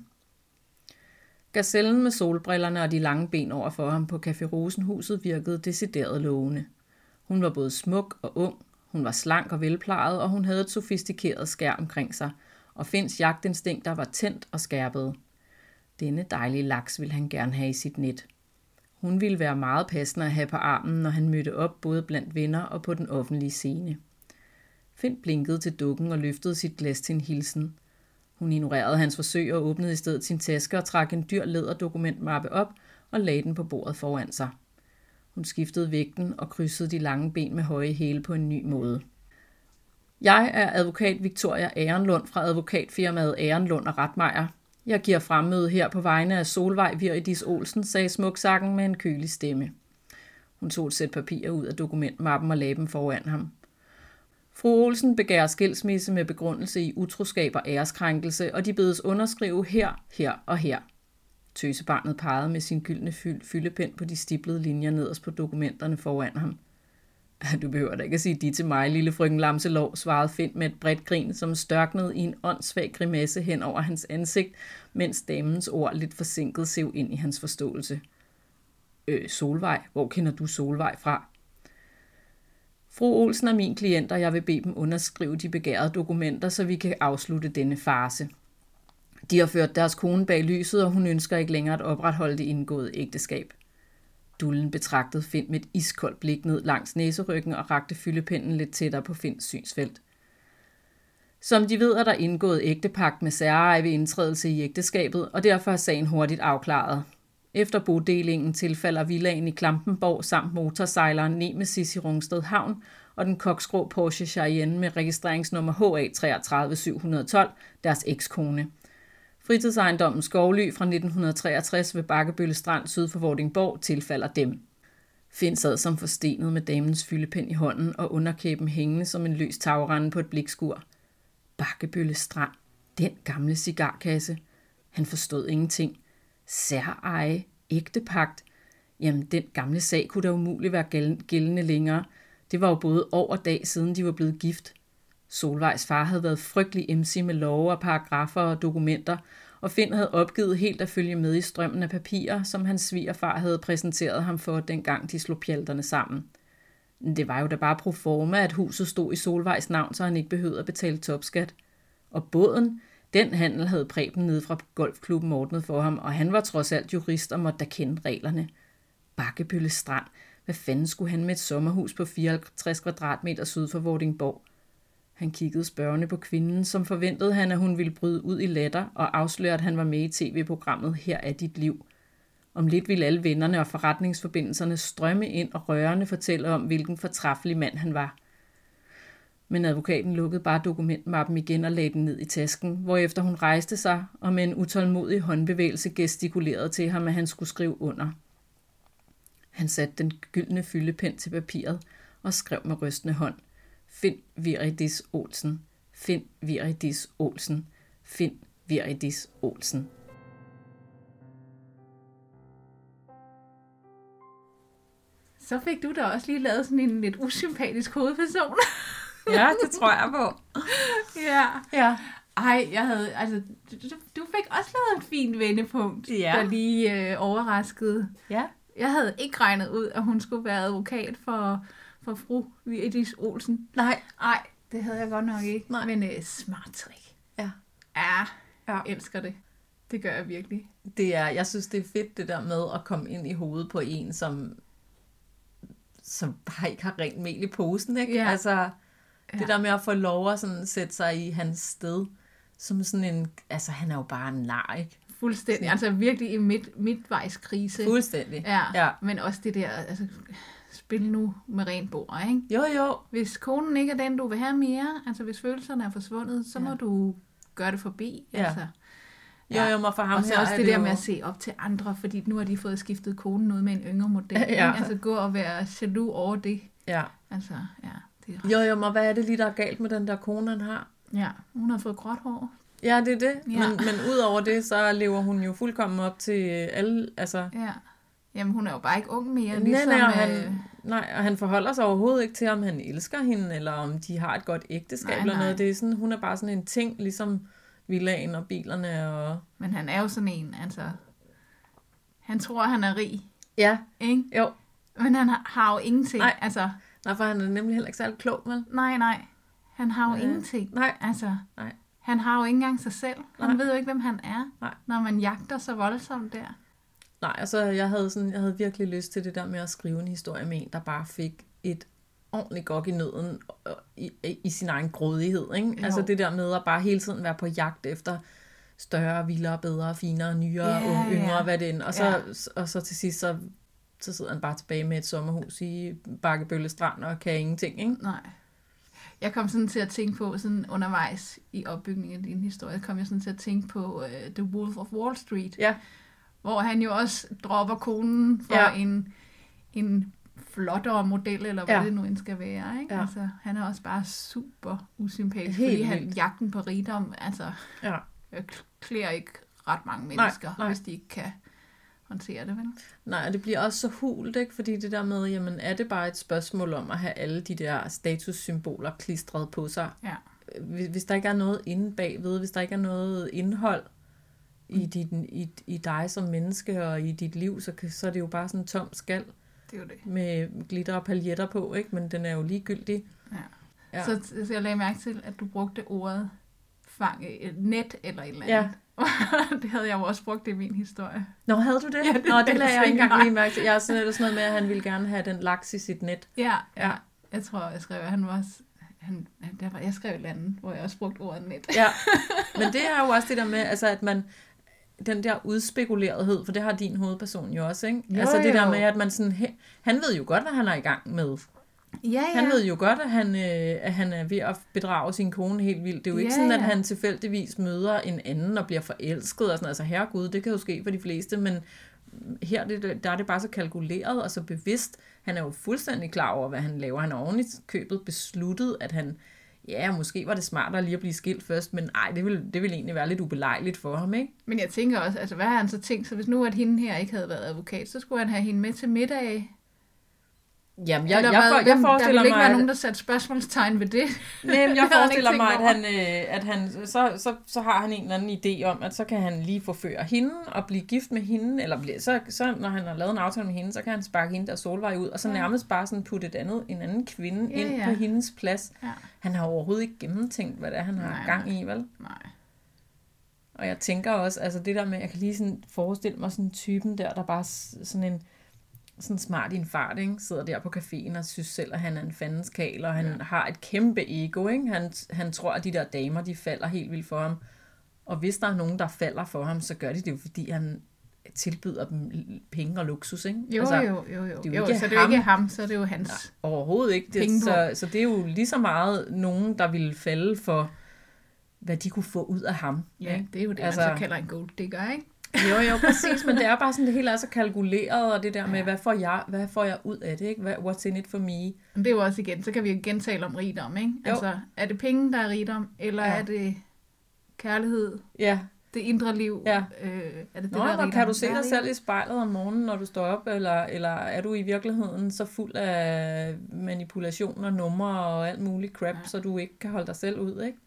Gazellen med solbrillerne og de lange ben over for ham på Café Rosenhuset virkede decideret lovende. Hun var både smuk og ung, hun var slank og velplejet, og hun havde et sofistikeret skær omkring sig, og Finns jagtinstinkter var tændt og skærpede. Denne dejlige laks ville han gerne have i sit net. Hun ville være meget passende at have på armen, når han mødte op både blandt venner og på den offentlige scene. Finn blinkede til dukken og løftede sit glas til en hilsen. Hun ignorerede hans forsøg og åbnede i stedet sin taske og trak en dyr læderdokumentmappe op og lagde den på bordet foran sig. Hun skiftede vægten og krydsede de lange ben med høje hæle på en ny måde. Jeg er advokat Victoria Ehrenlund fra advokatfirmaet Ehrenlund og Ratmeier. Jeg giver fremmøde her på vegne af Solvej Viridis Olsen, sagde smuksakken med en kølig stemme. Hun tog et sæt papirer ud af dokumentmappen og lagde dem foran ham. Fru Olsen begærer skilsmisse med begrundelse i utroskab og æreskrænkelse, og de bedes underskrive her, her og her. Tøsebarnet pegede med sin gyldne fyldepind på de stiplede linjer nederst på dokumenterne foran ham. Du behøver da ikke at sige de til mig, lille frøken Lamselov, svarede Finn med et bredt grin, som størknede i en åndssvag grimasse hen over hans ansigt, mens damens ord lidt forsinket sev ind i hans forståelse. Solvej, hvor kender du Solvej fra? Fru Olsen er min klient, og jeg vil bede dem underskrive de begærede dokumenter, så vi kan afslutte denne farce. De har ført deres kone bag lyset, og hun ønsker ikke længere at opretholde det indgåede ægteskab. Dullen betragtede Finn med et iskoldt blik ned langs næseryggen og rakte fyldepinden lidt tættere på Finns synsfelt. Som de ved, er der indgået ægtepagt med særeje ved indtrædelse i ægteskabet, og derfor er sagen hurtigt afklaret. Efter bodelingen tilfalder villaen i Klampenborg samt motorsejleren Nemesis i Rungsted Havn og den koksgrå Porsche Cayenne med registreringsnummer HA 33712, deres ekskone. Fritidsejendommen Skovly fra 1963 ved Bakkebølle Strand syd for Vordingborg tilfalder dem. Finn sad som forstenet med damens fyldepind i hånden og underkæben hængende som en løs tagrende på et blikskur. Bakkebølle Strand. Den gamle cigarkasse. Han forstod ingenting. Særeje. Ægtepagt. Jamen, den gamle sag kunne da umuligt være gældende længere. Det var jo både år og dag siden de var blevet gift. Solvejs far havde været frygtelig emsig med love og paragrafer og dokumenter, og Finn havde opgivet helt at følge med i strømmen af papirer, som hans svigerfar havde præsenteret ham for, dengang de slog pjalterne sammen. Det var jo da bare proforma, at huset stod i Solvejs navn, så han ikke behøvede at betale topskat. Og båden, den handel havde Preben nede fra golfklubben ordnet for ham, og han var trods alt jurist og måtte da kende reglerne. Bakkebølle Strand. Hvad fanden skulle han med et sommerhus på 54 kvadratmeter syd for Vordingborg? Han kiggede spørgende på kvinden, som forventede han, at hun ville bryde ud i latter og afsløre, at han var med i tv-programmet Her er dit liv. Om lidt ville alle vennerne og forretningsforbindelserne strømme ind og rørende fortælle om, hvilken fortræffelig mand han var. Men advokaten lukkede bare dokumentmappen igen og lagde den ned i tasken, hvorefter hun rejste sig og med en utålmodig håndbevægelse gestikulerede til ham, at han skulle skrive under. Han satte den gyldne fyldepind til papiret og skrev med rystende hånd. Finn Viridis Olsen. Finn Viridis Olsen. Finn Viridis Olsen. Så fik du da også lige lavet sådan en lidt usympatisk hovedperson. Ja, det tror jeg på. Ja. Ej, jeg havde, altså, du fik også lavet et fint vendepunkt, der lige overraskede. Ja. Jeg havde ikke regnet ud, at hun skulle være advokat for fru Vigdis Olsen. Nej. Ej, det havde jeg godt nok ikke. Nej. Men smart trick. Ja. Ja, elsker det. Det gør jeg virkelig. Jeg synes, det er fedt det der med at komme ind i hovedet på en, som bare ikke har rent mel i posen, ikke? Ja. Altså, det der med at få lov at sådan sætte sig i hans sted, som sådan en, altså han er jo bare en nar, ikke? Fuldstændig, altså virkelig i midtvejskrise. Fuldstændig. Ja, men også det der, altså spil nu med rent bord, ikke? Jo. Hvis konen ikke er den, du vil have mere, altså hvis følelserne er forsvundet, så må du gøre det forbi, altså. Jo, for ham og så her også er det der jo... med at se op til andre, fordi nu har de fået skiftet konen ud med en yngre model. Ja. Altså gå og være jaloux over det. Ja. Altså, ja. Det er Jo, men hvad er det lige, der er galt med den der kone, han har? Ja, hun har fået gråt hår. Ja, det er det. Ja. Men ud over det, så lever hun jo fuldkommen op til alle, altså... Ja. Jamen, hun er jo bare ikke ung mere. Og han forholder sig overhovedet ikke til, om han elsker hende, eller om de har et godt ægteskab eller noget. Det er sådan, hun er bare sådan en ting, ligesom villaen og bilerne og... Men han er jo sådan en, altså... Han tror, han er rig. Ja. Ikke? Jo. Men han har jo ingenting. Nej. Altså... Nej, for han er nemlig heller ikke særlig klog, vel? Nej. Han har jo ingenting. Nej. Altså... Nej. Han har jo ikke engang sig selv. Han ved jo ikke, hvem han er, Nej. når man jagter så voldsomt der. Nej, altså jeg havde virkelig lyst til det der med at skrive en historie med en, der bare fik et ordentligt gok i nøden i sin egen grådighed. Ikke? Altså det der med at bare hele tiden være på jagt efter større, vildere, bedre, finere, nyere, yngre, hvad det er. Og så til sidst, så sidder han bare tilbage med et sommerhus i Bakkebølle Strand og kan ingenting. Ikke? Nej. Jeg kom sådan til at tænke på, sådan undervejs i opbygningen af din historie, kom jeg sådan til at tænke på The Wolf of Wall Street. Ja. Hvor han jo også dropper konen for en flottere model, eller hvad det nu end skal være. Ikke? Ja. Altså, han er også bare super usympatisk, Helt fordi vildt. jagten på rigdom, altså, klæder ikke ret mange mennesker, hvis de ikke kan håndtere det, vel? Nej, og det bliver også så hult, ikke? Fordi det der med, jamen er det bare et spørgsmål om at have alle de der statussymboler klistret på sig? Ja. Hvis der ikke er noget inde bagved, hvis der ikke er noget indhold i dig som menneske og i dit liv, så er det jo bare sådan en tom skal. Det er jo det. Med glitter og paljetter på, ikke? Men den er jo ligegyldig. Ja. Så jeg lagde mærke til, at du brugte ordet net eller et eller andet. Ja. Det havde jeg jo også brugt i min historie. Nå, havde du det? Ja, det lagde jeg ikke engang lige mærke til. Jeg er sådan noget med, at han ville gerne have den laks i sit net. Ja. Jeg tror, jeg skrev, at han var... jeg skrev et eller andet, hvor jeg også brugte ordet net. Ja, men det er jo også det der med, altså at man... Den der udspekulerethed, for det har din hovedperson jo også, ikke? Jo, altså det der med, at man sådan... Han ved jo godt, hvad han er i gang med. Ja. Han ved jo godt, at han er ved at bedrage sin kone helt vildt. Det er jo ikke sådan, at han tilfældigvis møder en anden og bliver forelsket. Og sådan. Altså herregud, det kan jo ske for de fleste, men her der er det bare så kalkuleret og så bevidst. Han er jo fuldstændig klar over, hvad han laver. Han er oven i købet besluttet, at han... Ja, måske var det smartere lige at blive skilt først, men nej, det vil egentlig være lidt ubelejligt for ham, ikke? Men jeg tænker også, altså hvad har han så tænkt? Så hvis nu, at hende her ikke havde været advokat, så skulle han have hende med til middag. Jamen, jeg forestiller mig... Der ville ikke være nogen, der satte spørgsmålstegn ved det. Nej, jeg forestiller mig, at han så har han en eller anden idé om, at så kan han lige forføre hende og blive gift med hende, eller så når han har lavet en aftale med hende, så kan han sparke hende der Solvej ud, og så nærmest bare sådan putte en anden kvinde ind på hendes plads. Ja. Han har overhovedet ikke gennemtænkt, hvad det er, han har gang i, vel? Nej. Og jeg tænker også, altså det der med, jeg kan lige sådan forestille mig sådan en typen der bare sådan smart i en fart, ikke? Sidder der på caféen og synes selv, at han er en fandens kal, og han har et kæmpe ego, ikke? Han tror, at de der damer, de falder helt vildt for ham. Og hvis der er nogen, der falder for ham, så gør de det jo, fordi han tilbyder dem penge og luksus, ikke? Jo. Det er jo så det er jo ikke ham, så er det jo hans. Nej, overhovedet ikke. Så det er jo lige så meget nogen, der ville falde for, hvad de kunne få ud af ham. Ja, ikke? Det er jo det, man så kalder en gold digger, ikke? Jo, præcis, men det er bare sådan, det hele er så kalkuleret, og det der med, hvad får jeg ud af det, ikke? What's in it for me? Men det er jo også igen, så kan vi jo igen tale om rigdom, ikke? Jo. Altså, er det penge, der er rigdom, eller er det kærlighed? Ja. Det indre liv? Ja. Er det der er rigdom? Kan du se dig selv i spejlet om morgenen, når du står op, eller er du i virkeligheden så fuld af manipulation og numre og alt muligt crap, så du ikke kan holde dig selv ud, ikke?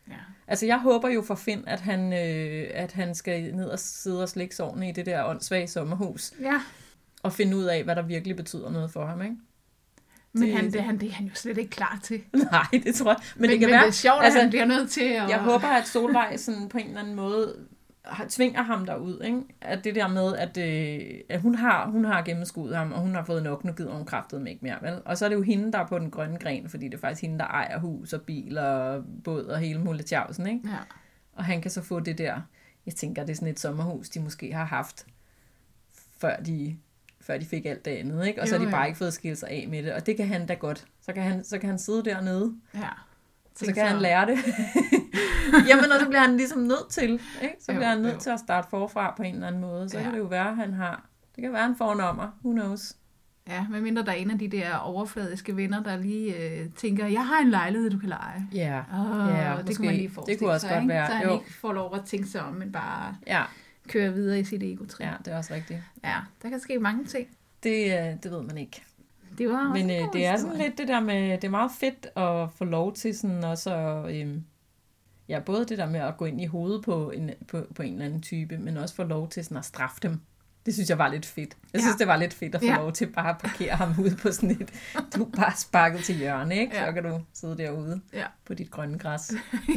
Ja. Altså, jeg håber jo for Finn, at han skal ned og sidde og slikke sårene i det der åndssvage sommerhus. Ja. Og finde ud af, hvad der virkelig betyder noget for ham, ikke? Men det er han jo slet ikke klar til. Nej, det tror jeg. Men det kan men være, det er sjovt, at han bliver nødt til at... Jeg håber, at Solvej sådan på en eller anden måde tvinger ham derud, ikke? At det der med, at hun har gennemskuet ham, og hun har fået nok, nu gider hun kraftedeme ikke mere, vel? Og så er det jo hende, der er på den grønne gren, fordi det er faktisk hende, der ejer hus og bil og båd og hele muletjavsen, ikke? Ja. Og han kan så få det der, jeg tænker, det er sådan et sommerhus, de måske har haft, før de fik alt det andet, ikke? Og så har de bare ikke fået skilt sig af med det, og det kan han da godt. Så kan han sidde dernede. Ja. Så kan han lære det. Jamen, og så bliver han ligesom nødt til, ikke? Så bliver han nødt til at starte forfra på en eller anden måde. Så kan det jo være, det kan være, han får nummer. Who knows? Ja, medmindre der er en af de der overfladiske venner, der lige tænker, jeg har en lejlighed, du kan leje. Ja, det kunne man lige forestille det kunne også sig, godt ikke? være. Så han ikke får lov at tænke sig om, men bare køre videre i sit ego-trin. Ja, det er også rigtigt. Ja, der kan ske mange ting. Det ved man ikke. Det var men det er sådan lidt det der med, det er meget fedt at få lov til sådan også både det der med at gå ind i hovedet på en eller anden type, men også få lov til sådan at straffe dem. Det synes jeg var lidt fedt. Jeg synes, det var lidt fedt at få lov til bare at parkere ham ude på sådan et, du er bare sparket til hjørne, ikke? Så kan du sidde derude på dit grønne græs.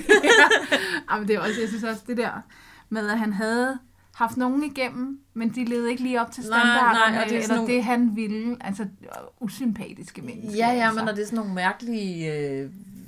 Men det er også, jeg synes også det der med, at han havde haft nogen igennem, men de levede ikke lige op til standarderne, nej, eller nogle... det han ville, altså usympatiske mennesker. Ja, men når det er sådan nogle mærkelige,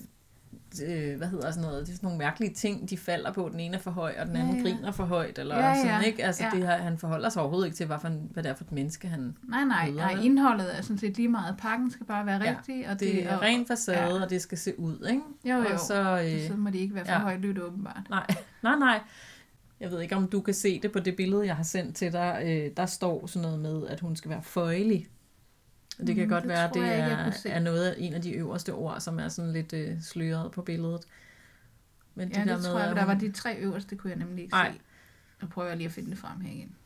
hvad hedder sådan noget, det er sådan nogle mærkelige ting, de falder på, den ene er for høj, og den anden griner for højt, eller sådan, ikke? Altså det her, han forholder sig overhovedet ikke til, hvad det er for et menneske, han Nej, indholdet er sådan set lige meget, pakken skal bare være rigtig, og det er ren facade, og det skal se ud, ikke? Jo, og så må de ikke være for højt lyt, åbenbart. Nej. Jeg ved ikke, om du kan se det på det billede, jeg har sendt til dig. Der står sådan noget med, at hun skal være føjelig. Det kan godt være, at det er noget af en af de øverste ord, som er sådan lidt sløret på billedet. Men det der tror jeg, der var de 3 øverste, kunne jeg nemlig ikke se. Nu prøver jeg lige at finde det frem her igen.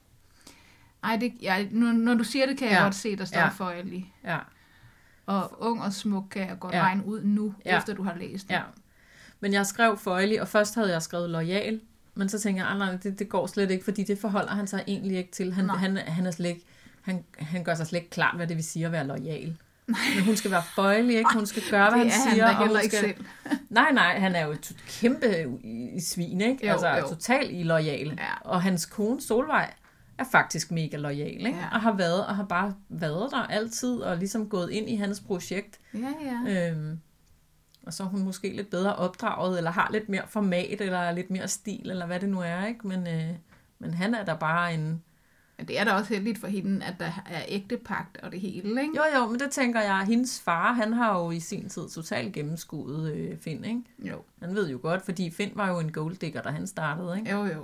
Når du siger det, kan jeg godt se, der står føjelig. Ja. Og ung og smuk kan jeg godt regne ud nu, efter du har læst det. Ja. Men jeg skrev føjelig, og først havde jeg skrevet loyal. Men så tænker jeg, det går slet ikke, fordi det forholder han sig egentlig ikke til. Han er slet ikke, han gør sig slet ikke klart, hvad det vil sige at være loyal. Men hun skal være føjelig, ikke? Hun skal gøre, hvad han siger. Det er han da ikke selv. Nej, han er jo et kæmpe svin, ikke? Jo. Totalt illoyal. Ja. Og hans kone Solvej er faktisk mega loyal, ikke? Ja. Og har bare været der altid, og ligesom gået ind i hans projekt. Ja. Og så er hun måske lidt bedre opdraget, eller har lidt mere format, eller lidt mere stil, eller hvad det nu er, ikke? Men han er der bare en... Ja, det er da også heldigt for hende, at der er ægtepagt og det hele, ikke? Jo, men det tænker jeg, hendes far, han har jo i sin tid totalt gennemskuet Finn, ikke? Jo. Han ved jo godt, fordi Finn var jo en golddigger, da han startede, ikke? Jo.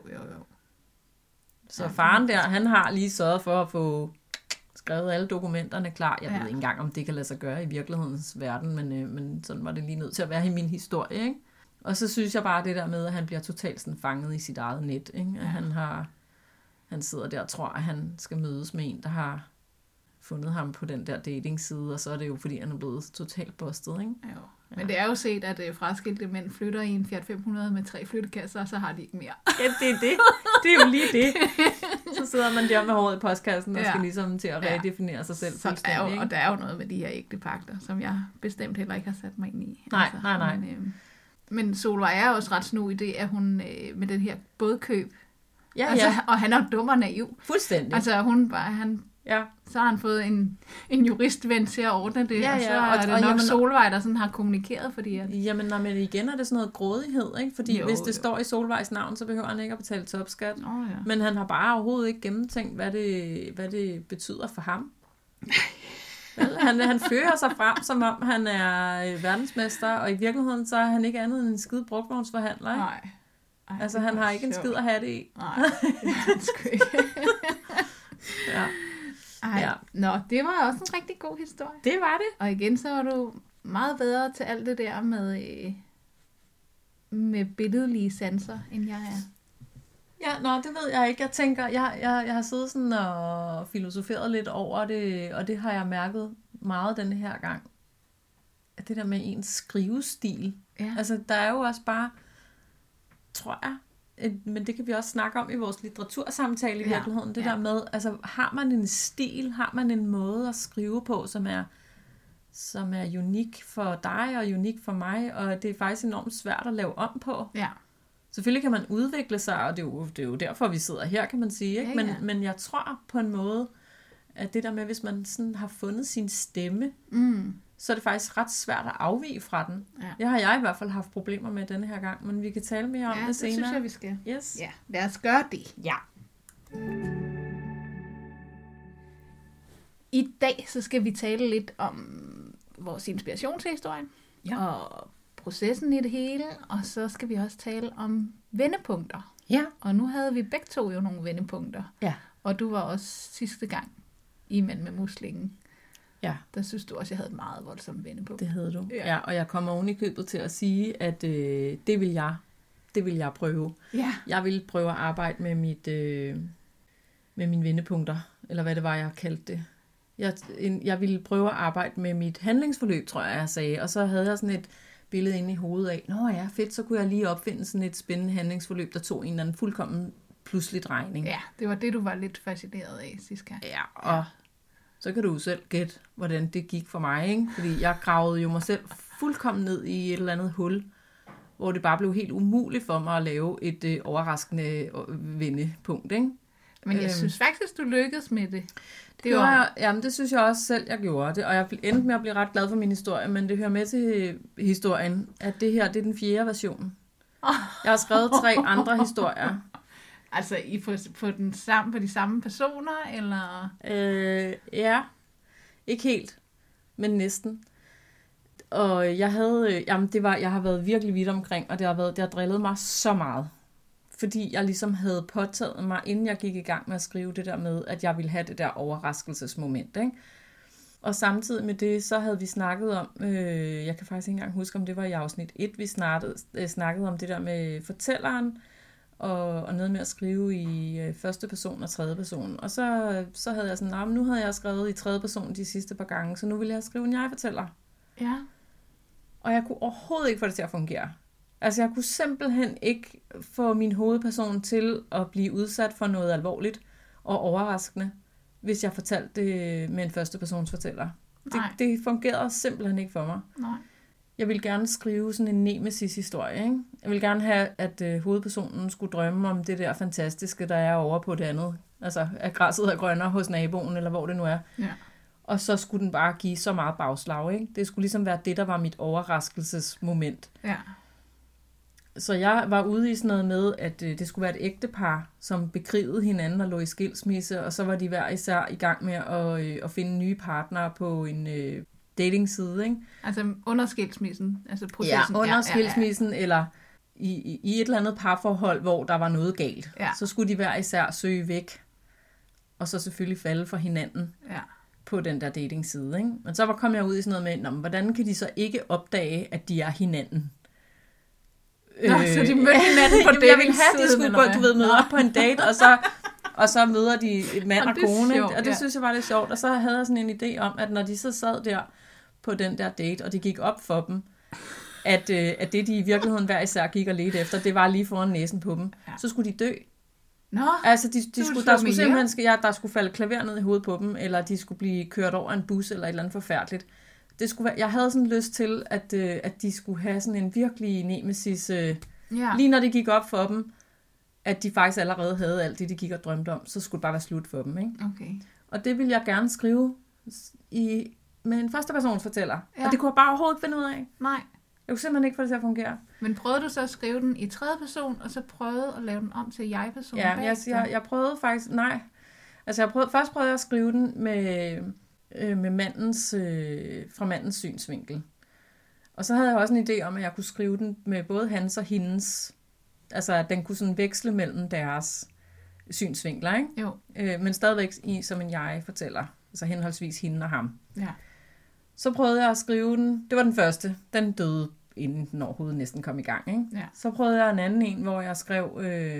Så faren der, han har lige sørget for at få skrevet alle dokumenterne klar. Jeg ved ikke engang, om det kan lade sig gøre i virkelighedens verden, men sådan var det lige nødt til at være i min historie, ikke? Og så synes jeg bare det der med, at han bliver totalt sådan fanget i sit eget net, ikke? At han sidder der og tror, at han skal mødes med en, der har fundet ham på den der datingside, og så er det jo, fordi han er blevet totalt bustet, ikke? Jo. Men det er jo set, at fraskilte mænd flytter i en Fiat 500 med 3 flyttekasser, og så har de ikke mere. Ja, det er det. Det er jo lige det. Så sidder man der med håret i postkassen og skal ligesom til at redefinere sig selv fuldstændig, ikke? Og der er jo noget med de her ægtepagter, som jeg bestemt heller ikke har sat mig ind i. Nej. Men Solvej er også ret snu i det, at hun med den her bådkøb, og han er jo dum og naiv. Fuldstændig. Altså så har han fået en juristven til at ordne det, og så er det nok Solvej, der sådan har kommunikeret, fordi at... Jamen, igen er det sådan noget grådighed, ikke? Fordi hvis det står i Solvejs navn, så behøver han ikke at betale topskat. Men han har bare overhovedet ikke gennemtænkt, hvad det betyder for ham. Han fører sig frem, som om han er verdensmester, og i virkeligheden så er han ikke andet end en skide brugtvognsforhandler, ikke? Nej. Altså, han har ikke en skid at have det i. Nej, det har han sgu ikke. Nå, det var også en rigtig god historie. Det var det. Og igen, så var du meget bedre til alt det der med billedlige sanser, end jeg er. Ja, det ved jeg ikke. Jeg tænker, jeg har siddet sådan og filosoferet lidt over det, og det har jeg mærket meget denne her gang. At det der med ens skrivestil. Ja. Altså, der er jo også bare... tror jeg. Men det kan vi også snakke om i vores litteratursamtale i virkeligheden. Det der med, altså har man en stil, har man en måde at skrive på, som er unik for dig og unik for mig, og det er faktisk enormt svært at lave om på. Ja. Selvfølgelig kan man udvikle sig, og det er jo derfor, vi sidder her, kan man sige. Ikke? Ja. Men jeg tror på en måde, at det der med, hvis man sådan har fundet sin stemme, så er det faktisk ret svært at afvige fra den. Ja. Det har jeg i hvert fald haft problemer med denne her gang, men vi kan tale mere om det senere. Ja, det synes jeg, vi skal. Yes. Ja, lad os gøre det. Ja. I dag så skal vi tale lidt om vores inspiration til historien, og processen i det hele, og så skal vi også tale om vendepunkter. Ja. Og nu havde vi begge to jo nogle vendepunkter. Ja. Og du var også sidste gang i Mand med muslingen. Ja. Der synes du også, jeg havde et meget voldsomt vendepunkt. Det havde du. Ja, og jeg kommer oven i købet til at sige, at det vil jeg prøve. Ja. Jeg vil prøve at arbejde med med mine vendepunkter, eller hvad det var, jeg kaldte det. Jeg ville prøve at arbejde med mit handlingsforløb, tror jeg sagde, og så havde jeg sådan et billede inde i hovedet af, nå ja, fedt, så kunne jeg lige opfinde sådan et spændende handlingsforløb, der tog en eller anden fuldkommen pludselig drejning. Ja, det var det, du var lidt fascineret af sidste gang. Ja, og så kan du jo selv gætte, hvordan det gik for mig, ikke? Fordi jeg gravede jo mig selv fuldkommen ned i et eller andet hul, hvor det bare blev helt umuligt for mig at lave et overraskende vendepunkt, ikke? Men jeg synes faktisk, du lykkedes med det. Jamen, det synes jeg også selv, jeg gjorde det, og jeg endte med at blive ret glad for min historie, men det hører med til historien, at det her, det er den 4. version. Jeg har skrevet 3 andre historier. Altså på de samme personer, eller? Ja, ikke helt, men næsten. Og jeg har været virkelig vidt omkring, og det har drillet mig så meget. Fordi jeg ligesom havde påtaget mig, inden jeg gik i gang med at skrive det der med, at jeg ville have det der overraskelsesmoment, ikke? Og samtidig med det, så havde vi snakket om, jeg kan faktisk ikke engang huske, om det var i afsnit 1, vi snakkede om det der med fortælleren, og noget med at skrive i første person og tredje person. Og så havde jeg sådan, nu havde jeg skrevet i tredje person de sidste par gange, så nu ville jeg skrive en jeg-fortæller. Ja. Og jeg kunne overhovedet ikke få det til at fungere. Altså, jeg kunne simpelthen ikke få min hovedperson til at blive udsat for noget alvorligt og overraskende, hvis jeg fortalte det med en førstepersons fortæller. Det fungerede simpelthen ikke for mig. Nej. Jeg ville gerne skrive sådan en nemesis-historie, ikke? Jeg ville gerne have, at hovedpersonen skulle drømme om det der fantastiske, der er over på det andet. Altså, at græsset er grønnere hos naboen, eller hvor det nu er. Ja. Og så skulle den bare give så meget bagslag, ikke? Det skulle ligesom være det, der var mit overraskelsesmoment. Ja. Så jeg var ude i sådan noget med, at det skulle være et ægtepar, som bekrigede hinanden og lå i skilsmisse, og så var de hver især i gang med at finde nye partnere på en datingside, ikke? Altså under skilsmissen, altså processen. Ja, under skilsmissen, eller i et eller andet parforhold, hvor der var noget galt. Ja. Så skulle de hver især søge væk, og så selvfølgelig falde for hinanden på den der datingside, ikke? Men så kom jeg ud i sådan noget med, hvordan kan de så ikke opdage, at de er hinanden? Så de mødte hinanden på dating-siden? Jeg ville have, at de skulle gå, møde op på en date, og så møder de mand og kone. Sjovt, og det synes jeg var lidt sjovt. Og så havde jeg sådan en idé om, at når de så sad der på den der date, og det gik op for dem, at det de i virkeligheden hver især gik og ledte efter, det var lige foran næsen på dem, så skulle de dø. Nå, altså der skulle falde klaver ned i hovedet på dem, eller de skulle blive kørt over en bus, eller et eller andet forfærdeligt. Jeg havde sådan lyst til, at de skulle have sådan en virkelig nemesis, lige når det gik op for dem, at de faktisk allerede havde alt det, de gik og drømte om, så skulle det bare være slut for dem, ikke? Okay. Og det ville jeg gerne skrive med en førstepersons fortæller. Og det kunne jeg bare overhovedet ikke finde ud af. Nej. Jeg kunne simpelthen ikke få det til at fungere. Men prøvede du så at skrive den i tredje person, og så prøvede at lave den om til jeg-person? Ja, jeg prøvede faktisk, nej. Altså først prøvede jeg at skrive den med fra mandens synsvinkel. Og så havde jeg også en idé om, at jeg kunne skrive den med både hans og hendes, altså at den kunne sådan veksle mellem deres synsvinkler, ikke? Jo. Men stadigvæk som en jeg-fortæller, altså henholdsvis hende og ham. Ja. Så prøvede jeg at skrive den, det var den første, den døde, inden den overhovedet næsten kom i gang, ikke? Ja. Så prøvede jeg en anden en, hvor jeg skrev,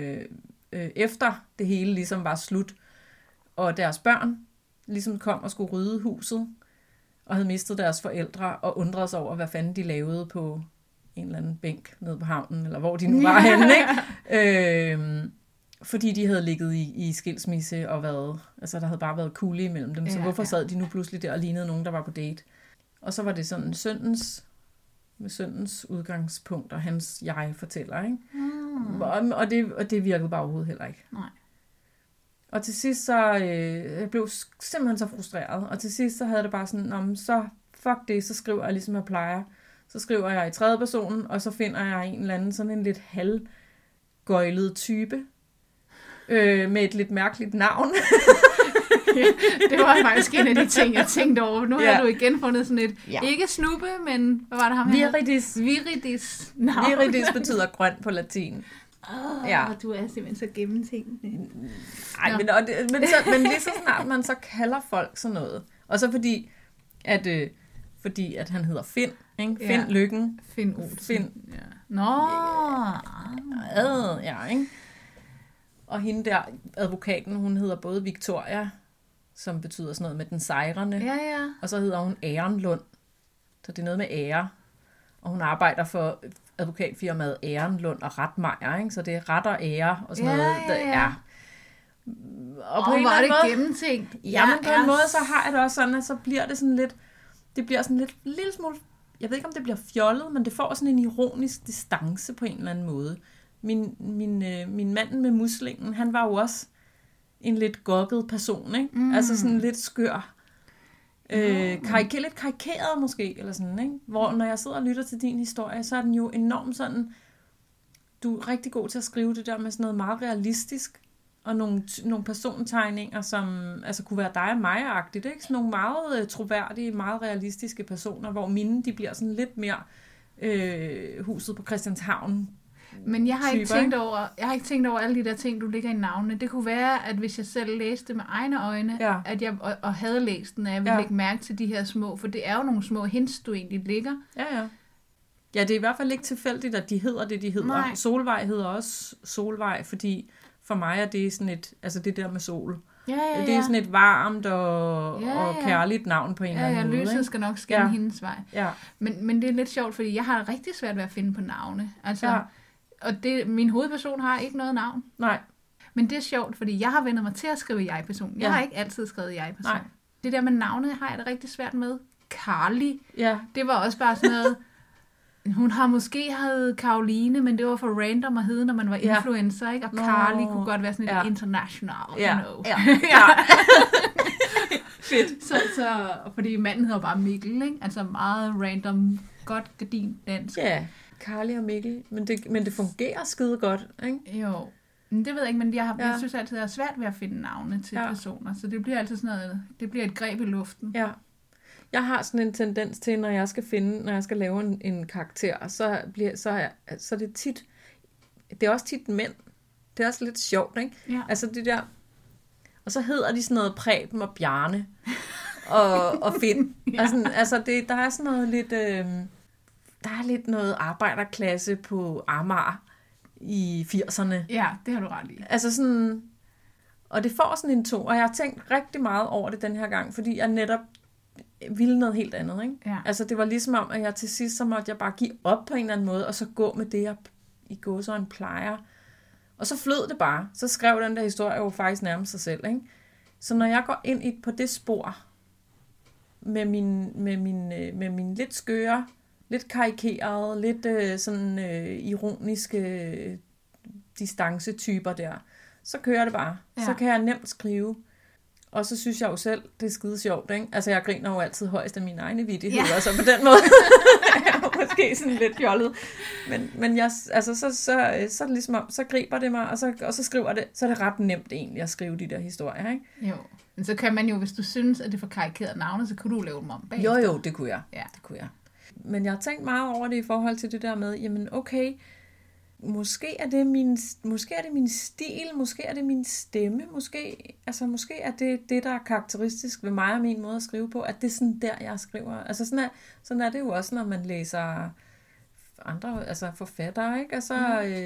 efter det hele ligesom var slut, og deres børn ligesom kom og skulle rydde huset, og havde mistet deres forældre, og undrede sig over, hvad fanden de lavede på en eller anden bænk nede på havnen, eller hvor de nu var henne, ikke? Fordi de havde ligget i skilsmisse og været, altså der havde bare været kugle imellem dem, så hvorfor sad de nu pludselig der og lignede nogen, der var på date? Og så var det sådan søndens udgangspunkt, og hans jeg fortæller, ikke? Og det virkede bare overhovedet heller ikke. Nej. Og til sidst så, jeg blev simpelthen så frustreret, og til sidst så havde det bare sådan, så fuck det, så skriver jeg ligesom jeg plejer. Så skriver jeg i tredje person, og så finder jeg en eller anden sådan en lidt halvgøjlet type, med et lidt mærkeligt navn. Ja, det var faktisk en af de ting, jeg tænkte over. Nu har du igen fundet sådan et, ikke snuppe, men hvad var det ham her? Viridis navn. Viridis betyder grøn på latin. Du er simpelthen så gennemtænkt. Nej, men lige så snart man så kalder folk sådan noget, og så fordi at han hedder Finn, ikke? Finn Lykken. Finn Olsen. Ikke? Og hende der, advokaten, hun hedder både Victoria, som betyder sådan noget med den sejrende, og så hedder hun Ærenlund. Så det er noget med ære. Og hun arbejder for advokatfirmaet Ærenlund og Retmeier, ikke? Så det er ret og ære og sådan noget. Og på en var det måde, gennemtænkt? Ja, men på en måde, så har jeg det også sådan, at så bliver det sådan lidt, lille smule, jeg ved ikke, om det bliver fjollet, men det får sådan en ironisk distance på en eller anden måde. Min mand med muslingen, han var jo også en lidt gokket person, ikke? Altså sådan lidt skør. Lidt karikeret måske, eller sådan, ikke? Hvor når jeg sidder og lytter til din historie, så er den jo enormt sådan, du er rigtig god til at skrive det der med sådan noget meget realistisk, og nogle persontegninger, som altså kunne være dig og mig-agtigt, ikke? Sådan nogle meget troværdige, meget realistiske personer, hvor mine, de bliver sådan lidt mere huset på Christianshavn. Men jeg har ikke tænkt over alle de der ting, du ligger i navnene. Det kunne være, at hvis jeg selv læste med egne øjne, at jeg og havde læst den, at jeg ville lægge mærke til de her små, for det er jo nogle små hints, du egentlig ligger. Ja, det er i hvert fald ikke tilfældigt, at de hedder det, de hedder. Nej. Solvej hedder også Solvej, fordi for mig er det sådan et, altså det der med sol. Det er sådan et varmt og kærligt navn på en eller anden måde. Lyset skal nok skinne hendes vej. Men det er lidt sjovt, fordi jeg har rigtig svært ved at finde på navne. Altså, og min hovedperson har ikke noget navn. Nej. Men det er sjovt, fordi jeg har vendt mig til at skrive jeg-person. Jeg har ikke altid skrevet jeg-person. Nej. Det der med navnet har jeg det rigtig svært med. Carly. Det var også bare sådan noget. Hun har måske heddet Karoline, men det var for random at hedde, når man var influencer, ikke? Og Carly kunne godt være sådan et international, you know. Fedt. Så, fordi manden hedder bare Mikkel, ikke? Altså meget random, godt gardin dansk. Ja, Carly og Mikkel. Men det fungerer skide godt, ikke? Jo. Men det ved jeg ikke, men jeg synes altid, det er svært ved at finde navne til personer. Så det bliver altid sådan noget, det bliver et greb i luften. Ja. Jeg har sådan en tendens til, når jeg skal lave en karakter, så er det tit, det er også tit mænd. Det er også lidt sjovt, ikke? Ja. Altså det der, og så hedder de sådan noget Preben og Bjarne og Finn. Altså der er sådan noget lidt, der er lidt noget arbejderklasse på Amager i 80'erne. Ja, det har du ret i. Altså sådan, og det får sådan en to, og jeg har tænkt rigtig meget over det den her gang, fordi jeg netop ville noget helt andet, ikke? Ja. Altså det var ligesom om, at jeg til sidst, så måtte jeg bare give op på en eller anden måde, og så gå med det, jeg i gåseøjne plejer. Og så flød det bare. Så skrev den der historie jo faktisk nærmest sig selv, ikke? Så når jeg går ind på det spor, med min lidt skøre, lidt karikerede, lidt sådan ironiske distancetyper der, så kører det bare. Ja. Så kan jeg nemt skrive. Og så synes jeg jo selv, det er skide sjovt, ikke? Altså, jeg griner jo altid højst af mine egne vittigheder, så på den måde jeg er måske sådan lidt fjollet. Men jeg, altså, så er det ligesom om, så griber det mig, og så skriver det, så er det ret nemt egentlig at skrive de der historier, ikke? Jo, men så kan man jo, hvis du synes, at det er for karikeret navne, så kunne du lave dem om bagefter. Jo, det kunne jeg. Ja. Det kunne jeg. Men jeg har tænkt meget over det i forhold til det der med, jamen okay, måske er det min stil, måske er det min stemme, måske er det der er karakteristisk ved mig og min måde at skrive på, at det er sådan der, jeg skriver. Altså sådan er det jo også, når man læser andre, altså forfattere, ikke? Altså,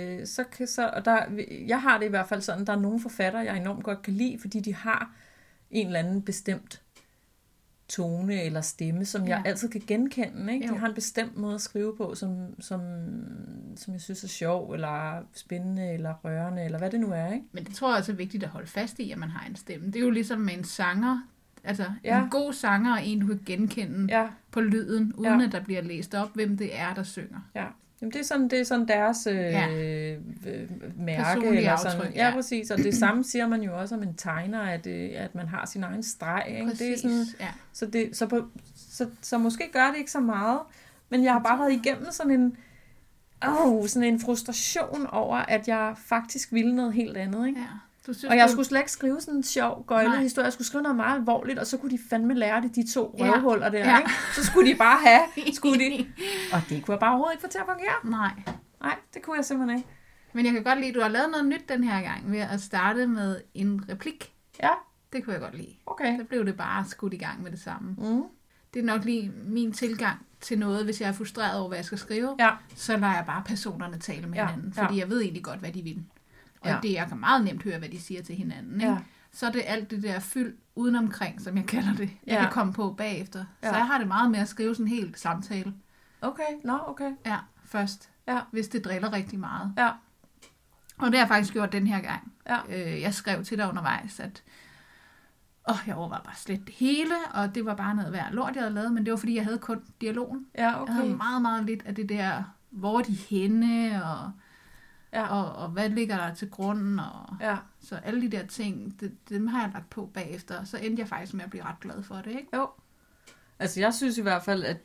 jeg har det i hvert fald sådan, der er nogle forfattere, jeg enormt godt kan lide, fordi de har en eller anden bestemt tone eller stemme, som jeg altid kan genkende. Ikke? Jo. De har en bestemt måde at skrive på, som jeg synes er sjov, eller spændende, eller rørende, eller hvad det nu er. Ikke? Men det tror jeg også er vigtigt at holde fast i, at man har en stemme. Det er jo ligesom med en sanger. Altså en god sanger er en, du kan genkende på lyden, uden at der bliver læst op, hvem det er, der synger. Ja. Jamen, det er sådan deres mærke. Eller sådan. Aftryk, ja, præcis. Og det samme siger man jo også om en tegner, at man har sin egen streg. Ikke? Præcis, det er sådan, så måske gør det ikke så meget, men jeg har bare været igennem sådan en frustration over, at jeg faktisk ville noget helt andet. Ikke? Ja. Og jeg skulle slet ikke skrive sådan en sjov gøjlet historie. Jeg skulle skrive noget meget alvorligt, og så kunne de fandme lære det, de 2 røvhuller der. Ikke? Så skulle de bare have. Og det kunne jeg bare overhovedet ikke få til at fungere. Nej, det kunne jeg simpelthen ikke. Men jeg kan godt lide, at du har lavet noget nyt den her gang ved at starte med en replik. Ja. Det kunne jeg godt lide. Okay. Så blev det bare skudt i gang med det samme. Det er nok lige min tilgang til noget, hvis jeg er frustreret over, hvad jeg skal skrive. Så lader jeg bare personerne tale med hinanden. Fordi jeg ved egentlig godt, hvad de vil. Og det, jeg kan meget nemt høre, hvad de siger til hinanden. Ikke? Så er det alt det der fyld udenomkring, som jeg kalder det. Jeg kan komme på bagefter. Så jeg har det meget med at skrive sådan en helt samtale. Okay, okay. Ja, først. Ja. Hvis det driller rigtig meget. Ja. Og det har jeg faktisk gjort den her gang. Ja. Jeg skrev til dig undervejs, at jeg overvejede bare slet det hele, og det var bare noget værd lort, jeg havde lavet, men det var fordi, jeg havde kun dialogen. Ja, okay. Jeg havde meget, meget lidt af det der, hvor er de henne, og hvad ligger der til grunden, og så alle de der ting, dem har jeg lagt på bagefter, så endte jeg faktisk med at blive ret glad for det, ikke? Jo. Altså jeg synes i hvert fald, at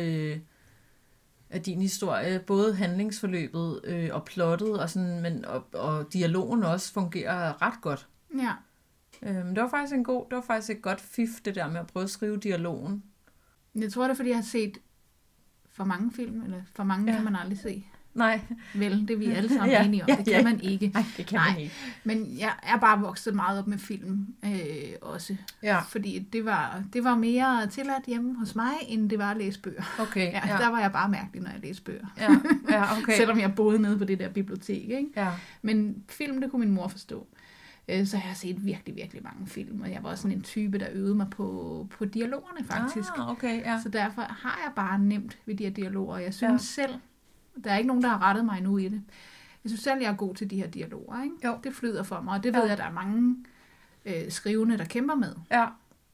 din historie, både handlingsforløbet og plottet, og, sådan, og dialogen også fungerer ret godt. Ja. Det var faktisk et godt fif, det der med at prøve at skrive dialogen. Jeg tror det er, fordi jeg har set for mange film, eller for mange kan man aldrig se. Nej. Vel, det er vi alle sammen enige om. Det kan man ikke. Nej, det kan man ikke. Men jeg er bare vokset meget op med film også. Ja. Fordi det var mere tilladt hjemme hos mig, end det var at læse bøger. Okay. Ja. Der var jeg bare mærkelig, når jeg læste bøger. Ja, okay. Selvom jeg boede nede på det der bibliotek. Ikke? Ja. Men film, det kunne min mor forstå. Så jeg har set virkelig, virkelig mange film, og jeg var også sådan en type, der øvede mig på dialogerne faktisk. Okay, ja. Så derfor har jeg bare nemt ved de her dialoger. Jeg synes selv, der er ikke nogen, der har rettet mig endnu i det. Jeg synes selv, jeg er god til de her dialoger. Ikke? Jo. Det flyder for mig, og det ved jeg, der er mange skrivende, der kæmper med. Ja.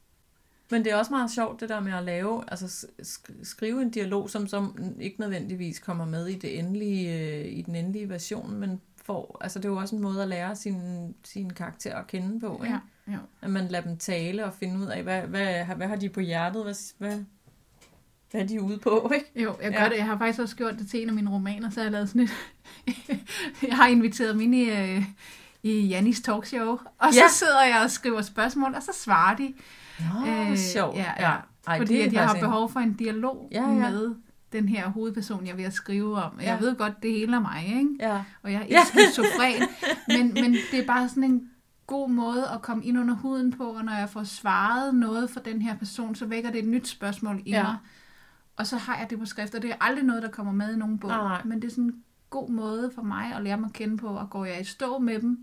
Men det er også meget sjovt, det der med at lave, altså skrive en dialog, som ikke nødvendigvis kommer med i i den endelige version, men altså det er jo også en måde at lære sin karakter at kende på, ikke? Ja. At man lader dem tale og finde ud af, hvad har de på hjertet, hvad er de ude på, ikke? Jo, jeg gør det. Jeg har faktisk også gjort det til en af mine romaner, så jeg har lavet sådan et... jeg har inviteret dem ind i Jannis talkshow, og så sidder jeg og skriver spørgsmål, og så svarer de. Sjovt. Ja. Fordi at jeg har behov for en dialog med den her hovedperson, jeg vil skrive om. Jeg ved godt, det hele er mig, ikke? Ja. Og jeg er skizofren, men det er bare sådan en god måde at komme ind under huden på, og når jeg får svaret noget for den her person, så vækker det et nyt spørgsmål i mig. Og så har jeg det på skrift, og det er aldrig noget, der kommer med i nogen bog. Men det er sådan en god måde for mig at lære mig at kende på, og går jeg i stå med dem,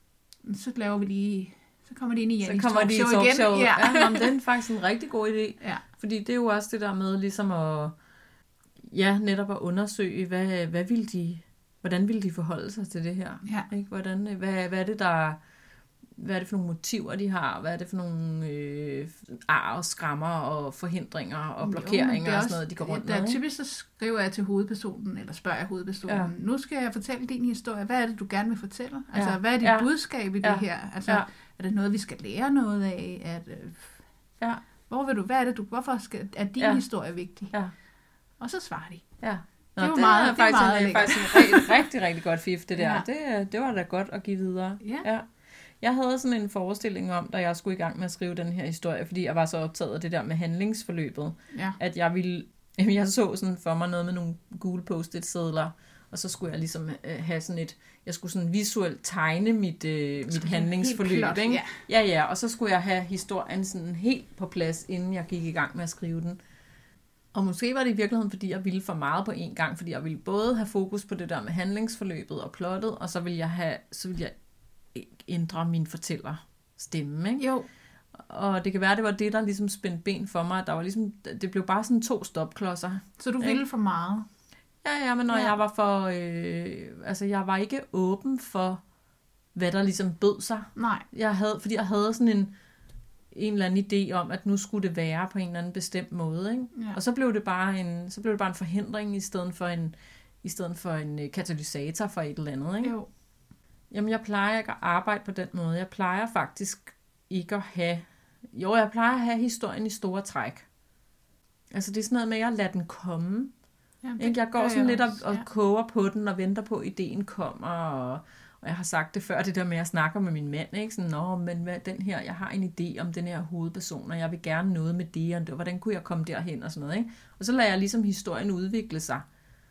så laver vi lige... Så kommer de ind i Jannis talkshow igen. Ja, det er faktisk en rigtig god idé. Ja. Fordi det er jo også det der med ligesom at... netop at undersøge, hvordan vil de forholde sig til det her? Ja. Ikke? Hvad er det for nogle motiver, de har? Hvad er det for nogle ar og skrammer og forhindringer og blokeringer og sådan noget, de går rundt med? Typisk så skriver jeg til hovedpersonen, eller spørger jeg hovedpersonen, nu skal jeg fortælle din historie. Hvad er det, du gerne vil fortælle? Altså, hvad er dit budskab i det her? Altså, er det noget, vi skal lære noget af? Hvorfor er din historie vigtig? Ja. Og så svarer de. Ja. Det er faktisk en rigtig, rigtig godt fif, det der. Ja. Det var da godt at give videre. Ja. Jeg havde sådan en forestilling om, da jeg skulle i gang med at skrive den her historie, fordi jeg var så optaget af det der med handlingsforløbet, at jeg så sådan for mig noget med nogle gule post-it-sedler, og så skulle jeg ligesom have sådan jeg skulle sådan visuelt tegne mit handlingsforløb, plot, ikke? Ja, og så skulle jeg have historien sådan helt på plads, inden jeg gik i gang med at skrive den. Og måske var det i virkeligheden, fordi jeg ville for meget på en gang, fordi jeg ville både have fokus på det der med handlingsforløbet og plottet, og så ville jeg ændre min fortællerstemme, ikke? Jo. Og det kan være, det var det, der ligesom spændte ben for mig. Der var ligesom, det blev bare sådan 2 stopklodser. Så du ville for meget? Ja, men når jeg var for... jeg var ikke åben for, hvad der ligesom bød sig. Nej. Fordi jeg havde sådan en eller anden idé om, at nu skulle det være på en eller anden bestemt måde. Ikke? Ja. Og så blev det bare en forhindring i stedet for en katalysator for et eller andet. Ikke? Jo. Jamen, jeg plejer ikke at arbejde på den måde. Jeg plejer faktisk ikke at have... Jo, jeg plejer at have historien i store træk. Altså, det er sådan noget med, at jeg lader den komme. Jamen, jeg går sådan lidt og koger på den og venter på, at ideen kommer. Og jeg har sagt det før, det der med, at jeg snakker med min mand. Ikke? Sådan, men hvad den her, jeg har en idé om den her hovedperson, og jeg vil gerne noget med det, og hvordan kunne jeg komme derhen og sådan noget. Ikke? Og så lader jeg ligesom historien udvikle sig.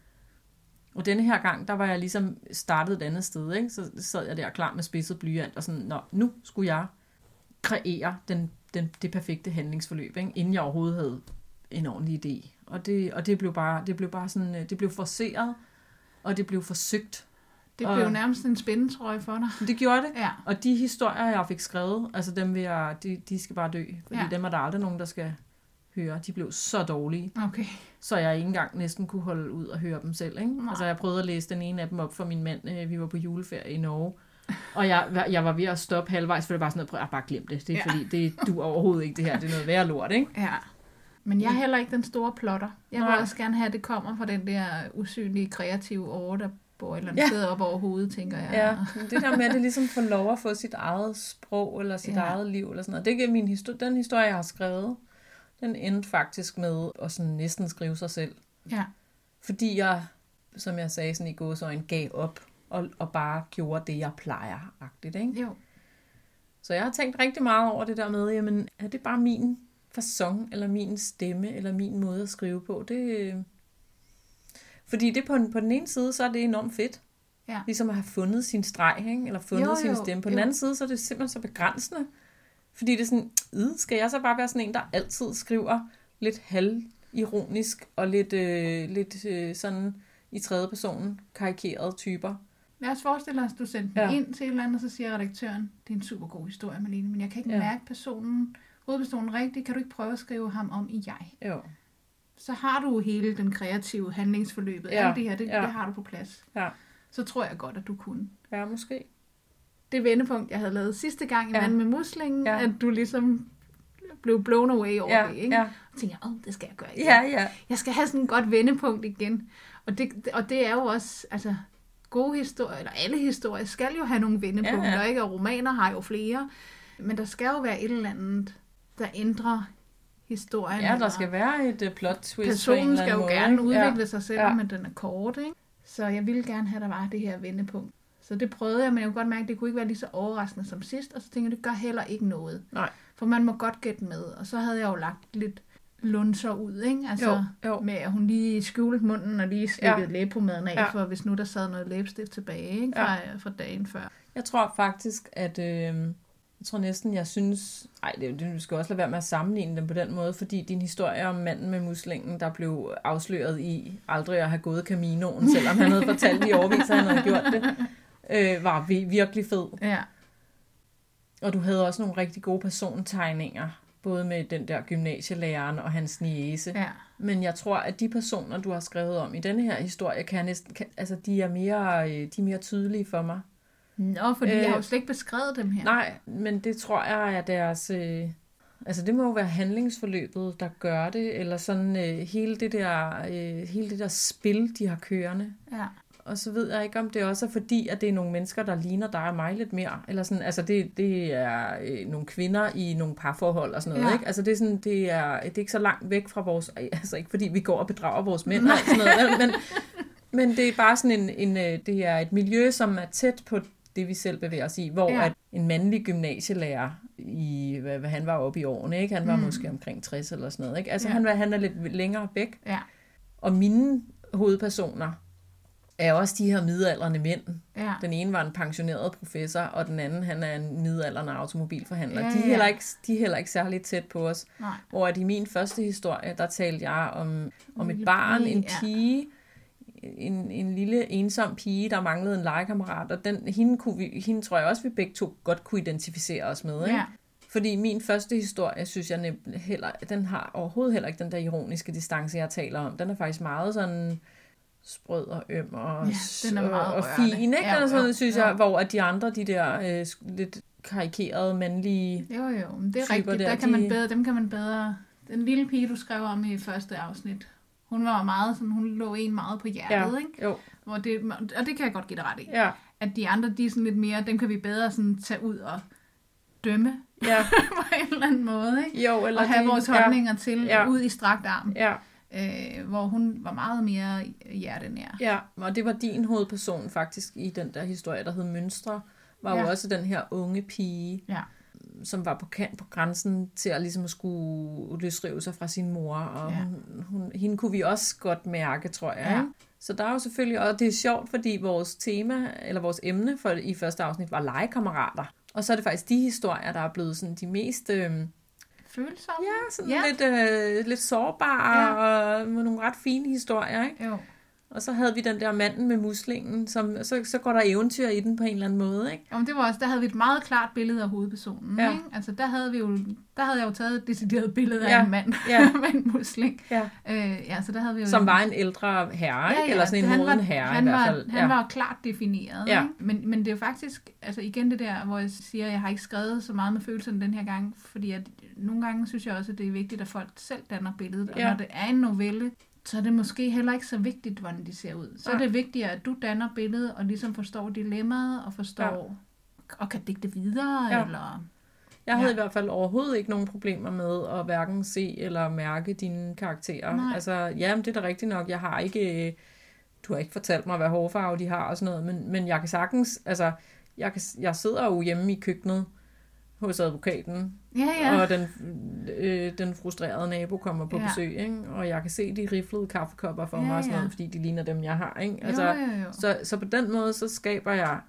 Og denne her gang, der var jeg ligesom startet et andet sted. Ikke? Så sad jeg der klar med spidset blyant, og sådan, nu skulle jeg kreere det perfekte handlingsforløb, ikke? Inden jeg overhovedet havde en ordentlig idé. Og det blev bare sådan, det blev forceret, og det blev forsøgt. Det blev nærmest en spændetrøje for dig. Det gjorde det. Ja. Og de historier, jeg fik skrevet, altså dem de skal bare dø. Fordi dem er der aldrig nogen, der skal høre. De blev så dårlige. Okay. Så jeg ikke engang næsten kunne holde ud og høre dem selv. Ikke? Altså jeg prøvede at læse den ene af dem op for min mand. Vi var på juleferie i Norge. Og jeg var ved at stoppe halvvejs, for det var sådan noget, bare glem det. Det er fordi, du overhovedet ikke det her. Det er noget værre lort, ikke? Ja. Men jeg er heller ikke den store plotter. Jeg vil også gerne have, at det kommer fra den der usynlige, kreative åre, der bor et eller andet sted op over hovedet, tænker jeg. Ja, det der med, at det ligesom får lov at få sit eget sprog, eller sit eget liv, eller sådan noget. Det er den historie, jeg har skrevet, den endte faktisk med at sådan næsten skrive sig selv. Ja. Fordi jeg, som jeg sagde sådan i gåseøjne, gav op, og bare gjorde det, jeg plejer-agtigt, ikke? Jo. Så jeg har tænkt rigtig meget over det der med, jamen, er det bare min facon, eller min stemme, eller min måde at skrive på? Fordi det på den ene side, så er det enormt fedt. Ja. Ligesom at have fundet sin streg, ikke? Eller fundet sin stemme. På den anden side, så er det simpelthen så begrænsende. Fordi det er sådan, skal jeg så bare være sådan en, der altid skriver lidt halvironisk, og lidt sådan i tredje person karikerede typer? Lad os forestille os, at du sendte den ind til et eller andet, og så siger redaktøren, det er en super god historie, Malene, men jeg kan ikke mærke hovedpersonen rigtigt. Kan du ikke prøve at skrive ham om i jeg? Jo. Så har du hele den kreative handlingsforløbet. Alt det her, det har du på plads. Ja. Så tror jeg godt, at du kunne. Ja, måske. Det vendepunkt, jeg havde lavet sidste gang i Manden med muslingen, at du ligesom blev blown away over det, ikke? Ja. Og tænkte jeg, det skal jeg gøre igen. Ja. Jeg skal have sådan et godt vendepunkt igen. Og det er jo også, altså, gode historier, eller alle historier, skal jo have nogle vendepunkter, ikke? Og romaner har jo flere. Men der skal jo være et eller andet, der ændrer historien. Ja, der skal være et plot twist. Personen skal jo gerne udvikle sig selv, men den er kort, ikke? Så jeg ville gerne have, at der var det her vendepunkt. Så det prøvede jeg, men jeg kunne godt mærke, at det kunne ikke være lige så overraskende som sidst. Og så tænkte jeg, det gør heller ikke noget. Nej. For man må godt gætte med. Og så havde jeg jo lagt lidt lunser ud, ikke? Altså jo. Med, at hun lige skjulte munden og lige slikkede læbepomaden af, for hvis nu der sad noget læbestift tilbage, ikke? Fra dagen før. Jeg tror faktisk, at... Jeg tror næsten, jeg synes... du skal også lade være med at sammenligne dem på den måde, fordi din historie om manden med muslingen, der blev afsløret i aldrig at have gået Caminoen, selvom han havde fortalt i årevis, at han havde gjort det, var virkelig fed. Ja. Og du havde også nogle rigtig gode persontegninger, både med den der gymnasielæreren og hans niece. Ja. Men jeg tror, at de personer, du har skrevet om i denne her historie, de er mere tydelige for mig. Nå, fordi jeg har jo slet ikke beskrevet dem her. Nej, men det tror jeg er deres... det må jo være handlingsforløbet, der gør det, eller sådan hele det der spil, de har kørende. Ja. Og så ved jeg ikke, om det også er fordi, at det er nogle mennesker, der ligner dig og mig lidt mere. Eller sådan, altså det er nogle kvinder i nogle parforhold og sådan noget, ikke? Altså det er ikke så langt væk fra vores... Altså ikke fordi vi går og bedrager vores mænd og sådan noget, men det er bare sådan det er et miljø, som er tæt på det, vi selv bevæger os i, hvor at en mandlig gymnasielærer, hvad han var oppe i årene, ikke? Han var måske omkring 60 eller sådan noget, ikke? Altså han er lidt længere væk. Ja. Og mine hovedpersoner er også de her midaldrende mænd. Ja. Den ene var en pensioneret professor, og den anden, han er en midaldrende automobilforhandler. Ja. De er heller ikke særligt tæt på os. Nej. Hvor at i min første historie, der talte jeg om et barn, en pige, en lille ensom pige, der manglede en legekammerat, og hende tror jeg også, vi begge to godt kunne identificere os med. Ikke? Ja. Fordi min første historie, synes jeg den har overhovedet heller ikke den der ironiske distance, jeg taler om. Den er faktisk meget sådan sprød og øm og, den er meget og fin, ikke? Ja, den er sådan, synes jeg, hvor at de andre, de der lidt karikerede mandlige Jo, men det er rigtigt. Der kan man bedre, dem kan man bedre... Den lille pige, du skrev om i første afsnit, hun var meget sådan, hun lå en meget på hjertet, ikke? Jo. Hvor det, og det kan jeg godt give dig ret i. Ja. At de andre, de er sådan lidt mere, dem kan vi bedre sådan tage ud og dømme på en eller anden måde, ikke? Jo, eller og have vores holdninger til ud i strakt arm. Ja. Hvor hun var meget mere hjertenær. Ja, og det var din hovedperson faktisk i den der historie, der hed Mønstre, var jo også den her unge pige, som var på grænsen til at ligesom skulle løsrive sig fra sin mor, og hende kunne vi også godt mærke, tror jeg. Ja. Så der er jo selvfølgelig, og det er sjovt, fordi vores tema, eller vores emne i første afsnit var legekammerater. Og så er det faktisk de historier, der er blevet sådan de mest... følsomme. Ja, sådan lidt sårbare, og med nogle ret fine historier, ikke? Jo. Og så havde vi den der manden med muslingen, som så går der eventyr i den på en eller anden måde, ikke? Jamen det var også, der havde vi et meget klart billede af hovedpersonen, ikke? Altså der havde jeg jo taget et decideret billede af en mand med en musling. Ja. Så der havde vi jo som var en ældre herre, ikke? Eller sådan en moden herre i hvert fald. Han var klart defineret, ikke? Men det er jo faktisk, altså igen det der, hvor jeg siger, at jeg har ikke skrevet så meget med følelserne den her gang, fordi at nogle gange synes jeg også, at det er vigtigt, at folk selv danner billedet, og når det er en novelle, så er det måske heller ikke så vigtigt, hvordan de ser ud. Så er det vigtigere, at du danner billedet, og ligesom forstår dilemmaet, og forstår, og kan digte videre, eller... Jeg havde i hvert fald overhovedet ikke nogen problemer med at hverken se eller mærke dine karakterer. Nej. Altså, ja, det er da rigtigt nok. Jeg har ikke... Du har ikke fortalt mig, hvad hårfarve de har og sådan noget, men jeg kan sagtens... Altså, jeg sidder jo hjemme i køkkenet hos advokaten, og den frustrerede nabo kommer på besøg, ikke? Og jeg kan se de riflede kaffekopper for mig og sådan noget, fordi de ligner dem, jeg har, ikke? Altså, så på den måde, så skaber jeg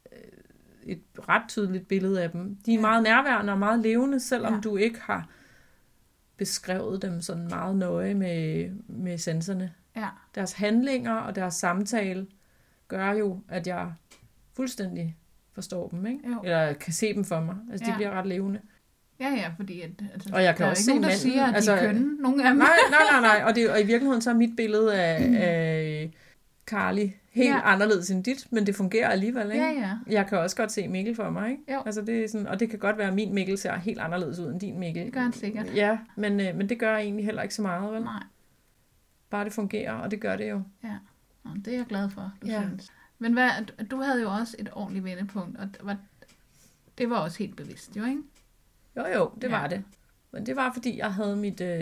et ret tydeligt billede af dem. De er meget nærværende og meget levende, selvom du ikke har beskrevet dem sådan meget nøje med senserne. Ja. Deres handlinger og deres samtale gør jo, at jeg fuldstændig forstår dem, ikke? Jo. Eller kan se dem for mig. Altså, de bliver ret levende. Ja, fordi og jeg kan også se manden. Der siger, at de er kønne, nogle af dem. Nej. Og i virkeligheden så er mit billede af Carly helt anderledes end dit, men det fungerer alligevel, ikke? Ja. Jeg kan også godt se Mikkel for mig, ikke? Jo. Altså, det er sådan, og det kan godt være, at min Mikkel ser helt anderledes ud end din Mikkel. Det gør han sikkert. Ja, men det gør egentlig heller ikke så meget, vel? Nej. Bare det fungerer, og det gør det jo. Ja, og det er jeg glad for, du synes. Men du havde jo også et ordentligt vendepunkt, og det var også helt bevidst, jo, ikke? Jo, det var det. Men det var, fordi jeg havde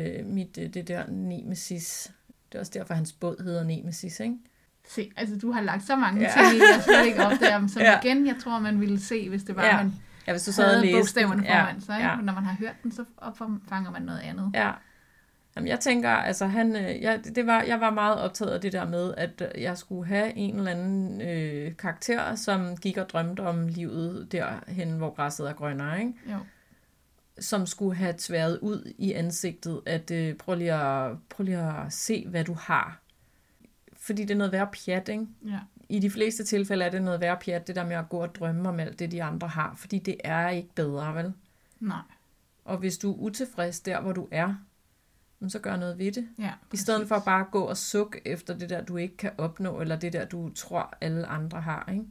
det der Nemesis. Det er også derfor, hans båd hedder Nemesis, ikke? Se, altså du har lagt så mange ting i, jeg slet ikke opdager dem. Så igen, jeg tror, man ville se, hvis det var, man hvis du så havde bogstaverne foran sig. Ikke? Når man har hørt den, så fanger man noget andet. Ja. Jamen, jeg tænker, altså jeg var meget optaget af det der med, at jeg skulle have en eller anden karakter, som gik og drømte om livet derhen, hvor græsset er grønnere, ikke? Jo. Som skulle have tværet ud i ansigtet, at prøv lige at se, hvad du har. Fordi det er noget værre pjat, ikke? Ja. I de fleste tilfælde er det noget værre pjat, det der med at gå og drømme om alt det, de andre har. Fordi det er ikke bedre, vel? Nej. Og hvis du er utilfreds der, hvor du er, så gør noget ved det. Ja, i stedet for bare at gå og sukke efter det der, du ikke kan opnå, eller det der, du tror, alle andre har, ikke?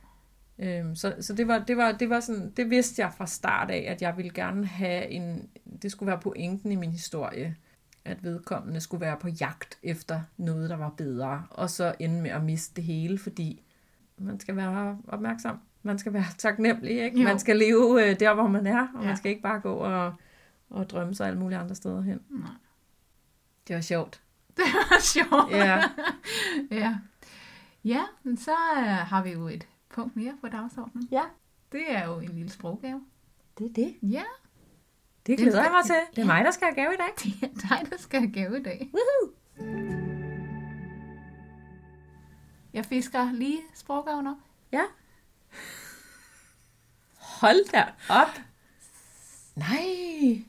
Ja. Så det var sådan, det vidste jeg fra start af, at jeg ville gerne have det skulle være pointen i min historie, at vedkommende skulle være på jagt efter noget, der var bedre, og så ende med at miste det hele, fordi man skal være opmærksom, man skal være taknemmelig, ikke? Jo. Man skal leve der, hvor man er, og man skal ikke bare gå og drømme sig alle mulige andre steder hen. Nej. Det var sjovt. Det var sjovt. Ja. Ja, men så har vi jo et punkt mere på dagsordenen. Ja. Det er jo en lille sproggave. Det er det. Ja. Det glæder jeg mig til. Det er mig, der skal have gave i dag. Det er dig, der skal have gave i dag. Woohoo! Jeg fisker lige sproggaven op. Ja. Hold da op. Nej.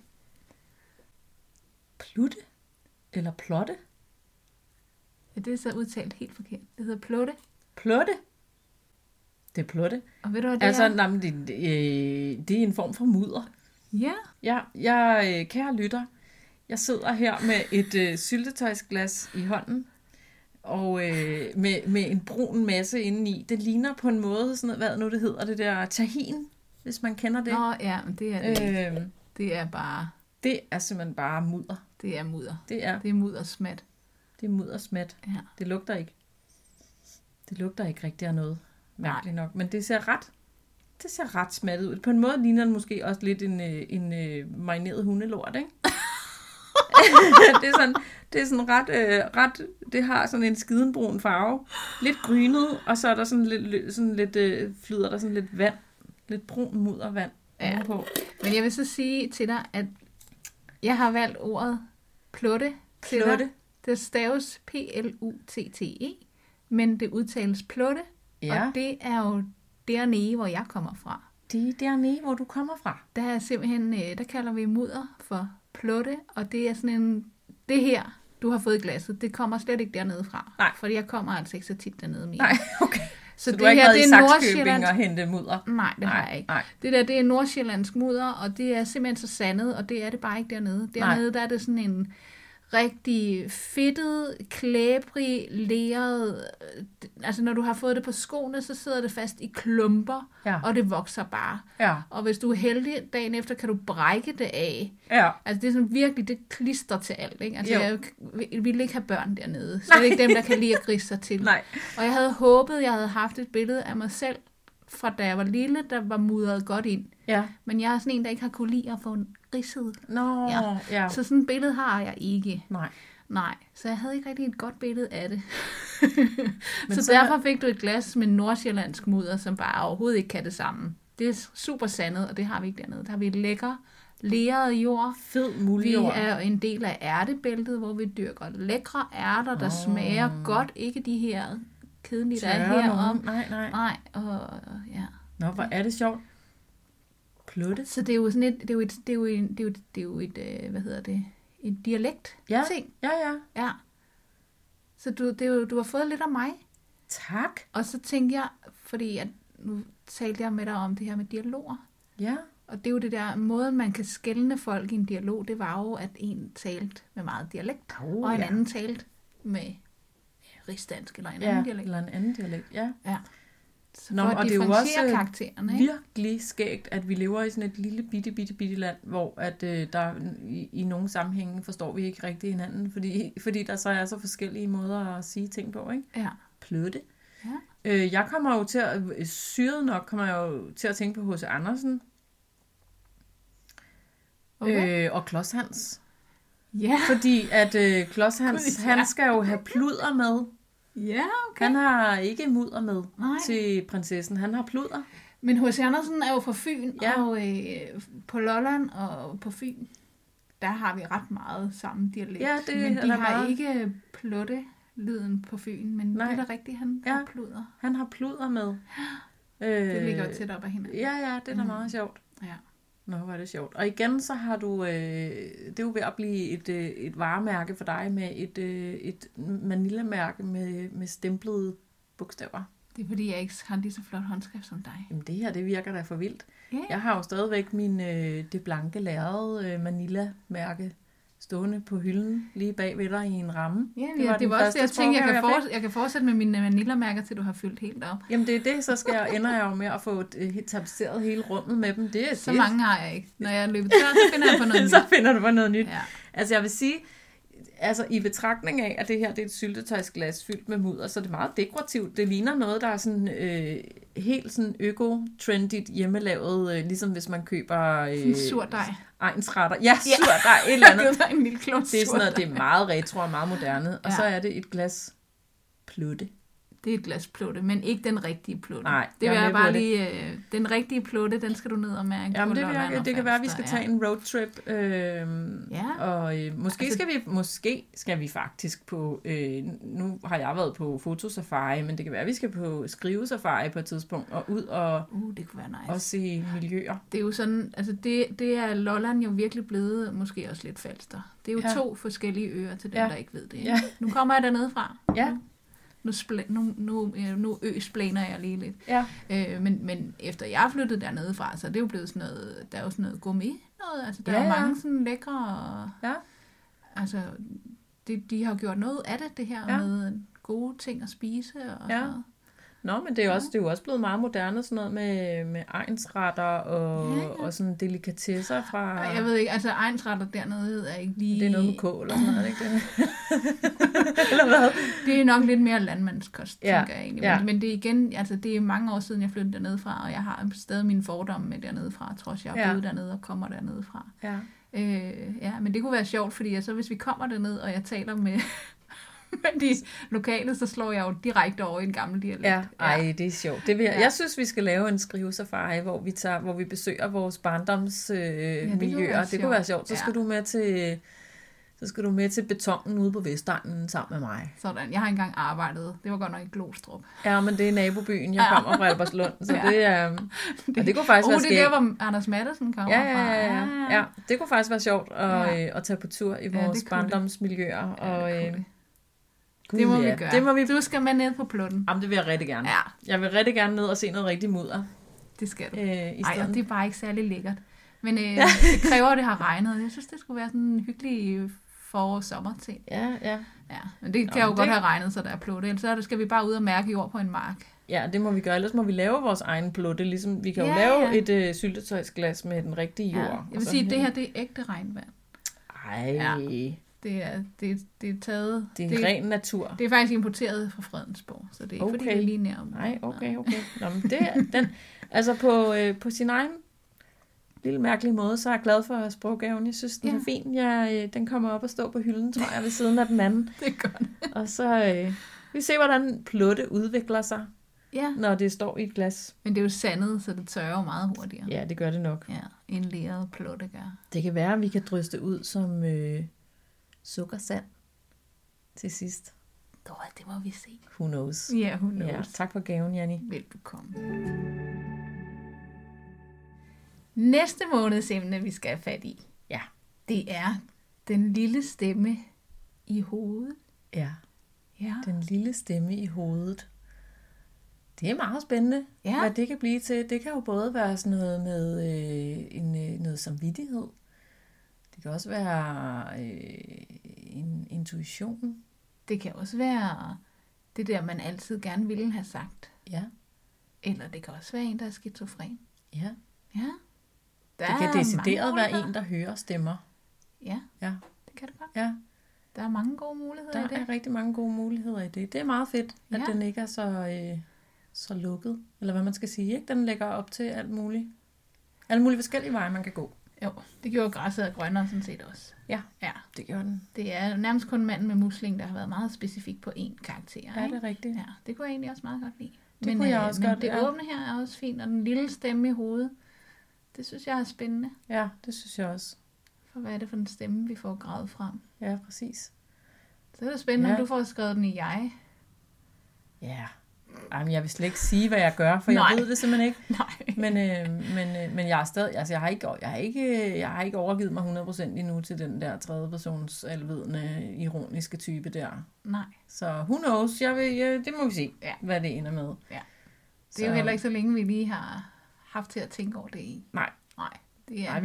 Plutte? Eller plotte? Ja, det er så udtalt helt forkert. Det hedder plotte. Plotte? Det er plotte. Og ved du, hvad det altså, er? Det er en form for mudder. Ja. Jeg kære lytter, jeg sidder her med et syltetøjsglas i hånden, og med en brun masse indeni. Det ligner på en måde sådan noget, hvad nu det hedder, det der tahin, hvis man kender det. Nå ja, men det er det. Det er bare... Det er simpelthen bare mudder. Det er mudder. Det er muddersmat. Det er muddersmat. Ja. Det lugter ikke. Det lugter ikke rigtig af noget. Mærkeligt nok. Men det ser ret smattet ud. På en måde ligner det måske også lidt en marineret hundelort, ikke? det er sådan ret... Det har sådan en skidenbrun farve. Lidt grynet, og så er der flyder der sådan lidt vand. Lidt brun muddervand ovenpå. Men jeg vil så sige til dig, at jeg har valgt ordet plutte til dig. Det staves P-L-U-T-T-E, men det udtales plutte, og det er jo dernede, hvor jeg kommer fra. Det er dernede, hvor du kommer fra. Der er simpelthen, der kalder vi mudder for plutte, og det er sådan en, det her, du har fået i glasset, det kommer slet ikke dernede fra. Nej. Fordi jeg kommer altså ikke så tit dernede mere. Nej, okay. Så du har ikke været i Sakskøbing og hente mudder? Nej, det har jeg ikke. Nej. Det er nordsjællandsk mudder, og det er simpelthen så sandet, og det er det bare ikke dernede. Dernede, der er det sådan en rigtig fedtet, klæbrig, leret... Altså, når du har fået det på skoene, så sidder det fast i klumper, og det vokser bare. Ja. Og hvis du er heldig, dagen efter kan du brække det af. Ja. Altså, det er sådan virkelig, det klister til alt, ikke? Altså, jeg ville ikke have børn dernede. Så det er ikke dem, der kan lide at grisse sig til. Nej. Og jeg havde håbet, jeg havde haft et billede af mig selv, fra da jeg var lille, der var mudret godt ind. Ja. Men jeg er sådan en, der ikke har kunne lide at få ridset. Ja. Så sådan et billede har jeg ikke. Nej. Så jeg havde ikke rigtig et godt billede af det. så derfor fik du et glas med nordsjællandsk mudder, som bare overhovedet ikke kan det samme. Det er super sandet, og det har vi ikke dernede. Der har vi lækker, leret jord. Fed muljord. Vi er en del af ærtebæltet, hvor vi dyrker lækre ærter, der smager godt. Ikke de her kedelige, der er herom. Nej. Og ja. Nå, hvor er det sjovt. Plutte. Så det er jo sådan et, hvad hedder det, et dialekt-ting. Ja. Så du har fået lidt af mig. Tak. Og så tænkte jeg, fordi nu talte jeg med dig om det her med dialoger. Ja. Og det er jo det der måde, man kan skelne folk i en dialog, det var jo, at en talte med meget dialekt, og en anden talte med rigsdansk eller en anden dialekt. Eller en anden dialekt, ja. Så for at differentiere karaktererne, ikke? Virkelig skægt, at vi lever i sådan et lille bitte land, hvor at der i nogle sammenhænge forstår vi ikke rigtig hinanden, fordi der så er så forskellige måder at sige ting på, ikke? Ja. Pløtte. Ja. Jeg kommer jo til at tænke på H.C. Andersen. Okay. Og Klods Hans. Ja. Fordi at Klods Hans, han skal jo have pludder med. Ja, okay. Han har ikke mudder med til prinsessen. Han har pludder. Men H.C. Andersen er jo fra Fyn, og på Lolland og på Fyn, der har vi ret meget samme dialekt. Ja, men de har ikke plutte-lyden på Fyn, men det er da rigtigt, han har pludder. Han har pludder med. Det ligger jo tæt op af hinanden. Ja, det er da meget sjovt. Ja. Nå, hvor er det sjovt. Og igen, så har du, det er jo ved at blive et varemærke for dig med et Manila-mærke med stemplede bogstaver. Det er fordi, jeg ikke har lige så flot håndskrift som dig. Jamen det her, det virker da for vildt. Yeah. Jeg har jo stadigvæk min det blanke lærrede Manila-mærke stående på hylden lige bag ved dig i en ramme. Ja, det var også det, jeg tænkte, jeg kan fortsætte med mine Manila-mærker, til du har fyldt helt op. Jamen det er det, så ender jeg jo med at få tapetseret hele rummet med dem. Så mange har jeg ikke. Når jeg er løbet tør, så finder jeg på noget nyt. Så finder du på noget nyt. Ja. Altså jeg vil sige, i betragtning af, at det her det er et syltetøjsglas fyldt med mudder, så det er meget dekorativt. Det ligner noget, der er sådan helt sådan øko-trendigt hjemmelavet, ligesom hvis man køber surdej. Egnsretter. Ja, surdej, et eller andet. Det er en lille klump det er sådan noget, det er meget retro og meget moderne. Og så er det et glas plutte. Det er et glas plutte, men ikke den rigtige plutte. Nej, det vil jeg bare lige... Den rigtige plutte, den skal du ned og mærke. Jamen det kan være, at vi skal tage en roadtrip. Og måske skal vi faktisk på... nu har jeg været på fotosafari, men det kan være, at vi skal på skrivesafari på et tidspunkt, og ud og det kunne være nice. Og se miljøer. Det er jo sådan... Altså det er Lolland jo virkelig blevet, måske også lidt Falster. Det er jo 2 forskellige øer til dem, der ikke ved det. Ja. Nu kommer jeg dernede fra. Ja. Nu øsplaner jeg lige lidt. Ja. Men efter jeg flyttede dernede fra, så er det jo blevet sådan noget, der er jo sådan noget gourmet noget. Altså, der er jo mange sådan lækre... Ja. Altså, de har jo gjort noget af det her med gode ting at spise og sådan noget. Nå, men det er jo også blevet meget moderne, sådan noget med egnsretter og sådan delikatesser fra... Jeg ved ikke, altså egnsretter dernede er ikke lige... Det er noget med kål og sådan noget, ikke det? Eller hvad? Det er nok lidt mere landmandskost, tænker jeg egentlig. Ja. Men det er igen, altså det er mange år siden, jeg flyttede dernede fra, og jeg har stadig mine fordomme med dernede fra, trods jeg har boet dernede og kommer dernede fra. Ja. Men det kunne være sjovt, fordi så hvis vi kommer derned, og jeg taler med de lokale, så slår jeg jo direkte over i en gammel dialekt. Ja, det er sjovt. Jeg synes, vi skal lave en skrivesafari, hvor vi besøger vores barndomsmiljøer. Det kunne være sjovt. Så skal du med til betongen ude på Vestegnen sammen med mig. Sådan. Jeg har engang arbejdet. Det var godt nok i Glostrup. Ja, men det er nabobyen. Jeg kommer fra Albertslund, så det er... det kunne faktisk være skægt. Det er der, hvor Anders Matthesen kommer fra. Ja, det kunne faktisk være sjovt at tage på tur i vores barndomsmiljøer. Og, det må vi gøre. Du skal med ned på Plutten. Jamen, det vil jeg rigtig gerne. Ja. Jeg vil rigtig gerne ned og se noget rigtig mudder. Det skal du. Det er bare ikke særlig lækkert. Men det kræver, at det har regnet. Jeg synes, det skulle være sådan en hyggelig forår-sommer-ting. Ja. Men det kan jo godt have regnet, så der er plutte. Ellers skal vi bare ud og mærke jord på en mark. Ja, det må vi gøre. Ellers må vi lave vores egen plutte. Ligesom vi kan jo lave et syltetøjsglas med den rigtige jord. Jeg vil sige, at det her, det er ægte regnvand. Ej... Ja. Det er taget... Det er ren natur. Det er faktisk importeret fra Fredensborg, så det er ikke fordi, det er lige nærmere. Nej, okay. Nå, men det er den... Altså på sin egen lille mærkelige måde, så er jeg glad for sproggaven. Jeg synes, den er fin. Den kommer op og står på hylden, tror jeg, ved siden af den anden. Det gør den. Og så vi ser, hvordan plutte udvikler sig, når det står i et glas. Men det er jo sandet, så det tørrer jo meget hurtigere. Ja, det gør det nok. Ja, en leret plutte gør. Det kan være, at vi kan dryste ud som sukkersand til sidst. Det må vi se. Who knows? Ja, who knows. Ja, tak for gaven, Janni. Velbekomme. Næste måneds emne, vi skal have fat i, det er den lille stemme i hovedet. Ja, den lille stemme i hovedet. Det er meget spændende, hvad det kan blive til. Det kan jo både være sådan noget med noget samvittighed. Det kan også være en intuition. Det kan også være det der, man altid gerne ville have sagt. Ja. Eller det kan også være en, der er skizofren. Ja. Det kan decideret være en, der hører stemmer. Ja, det kan det godt. Ja. Der er mange gode muligheder i det. Der er rigtig mange gode muligheder i det. Det er meget fedt, at den ikke er så lukket. Eller hvad man skal sige, ikke? Den lægger op til alt muligt. Alle mulige forskellige veje, man kan gå. Jo, det gjorde græsset og grønnere sådan set også. Ja, det gjorde den. Det er nærmest kun manden med musling, der har været meget specifik på én karakter. Ja, det er rigtigt. Ja, det kunne jeg egentlig også meget godt lide. Det kunne jeg også godt. Det åbne her er også fint, og den lille stemme i hovedet, det synes jeg er spændende. Ja, det synes jeg også. For hvad er det for en stemme, vi får gravet frem? Ja, præcis. Så er det spændende, om du får skrevet den i jeg. Ja. Jamen, jeg vil slet ikke sige, hvad jeg gør, for jeg ved det simpelthen ikke. Nej. Men jeg er stadig, altså jeg har ikke overgivet mig 100% endnu til den der tredje persons alvidende, ironiske type der. Nej. Så who knows, det må vi se, hvad det ender med. Ja. Det er jo heller ikke så længe, vi lige har haft til at tænke over det i. Nej. Det er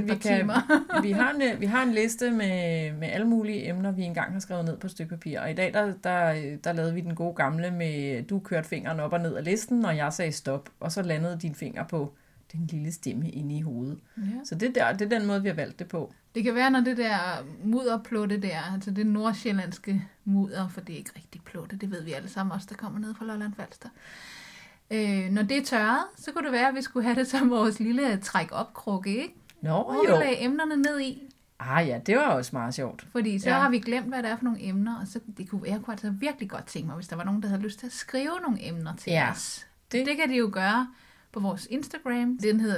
vi har en liste med alle mulige emner, vi engang har skrevet ned på et stykke papir. Og i dag, der lavede vi den gode gamle med, du kørte fingeren op og ned af listen, og jeg sagde stop. Og så landede din finger på den lille stemme inde i hovedet. Ja. Så det er den måde, vi har valgt det på. Det kan være, når det der mudderplutte der, altså det nordsjællandske mudder, for det er ikke rigtig plutte, det ved vi alle sammen også, der kommer ned fra Lolland Falster. Når det er tørret, så kunne det være, at vi skulle have det som vores lille træk-op-krukke, ikke? Hvor vi lagde emnerne ned i. Ja, det var også meget sjovt. Fordi så har vi glemt, hvad det er for nogle emner, og så jeg kunne altså virkelig godt tænke mig, hvis der var nogen, der havde lyst til at skrive nogle emner til os. Det kan de jo gøre på vores Instagram. Den hedder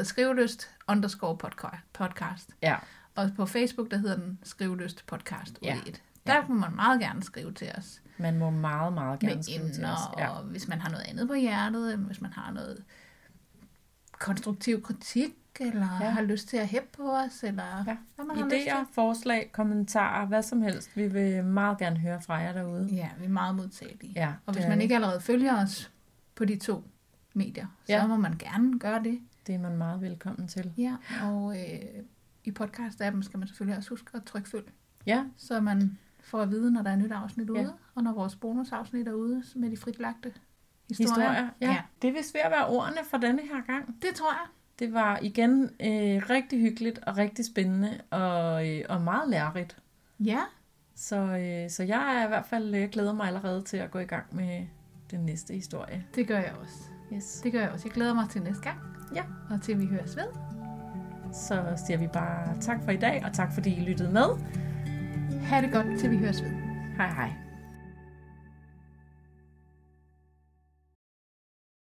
skrivelyst_podcast. Ja. Og på Facebook, der hedder den skrivelyst podcast. Ja. Der må man meget gerne skrive til os. Man må meget, meget gerne skrive til os. Ja. Og hvis man har noget andet på hjertet, eller hvis man har noget konstruktiv kritik, eller har lyst til at hæppe på os, eller hvad man har lyst til. Idéer, forslag, kommentarer, hvad som helst. Vi vil meget gerne høre fra jer derude. Ja, vi er meget modtagelige. Ja, og hvis man ikke allerede følger os på de 2 medier, så må man gerne gøre det. Det er man meget velkommen til. Ja, og i podcast-appen skal man selvfølgelig også huske at trykke følg. Ja. Så man får at vide, når der er nyt afsnit ude, og når vores bonusafsnit er ude med de fritlagte historier. Ja. Det er vist ved at være ordene for denne her gang. Det tror jeg. Det var igen rigtig hyggeligt og rigtig spændende og meget lærerigt. Ja. Så jeg er i hvert fald glæder mig allerede til at gå i gang med den næste historie. Det gør jeg også. Yes. Det gør jeg også. Jeg glæder mig til næste gang. Ja. Og til vi høres ved. Så siger vi bare tak for i dag, og tak fordi I lyttede med. Ha' det godt, til vi høres ved. Hej hej.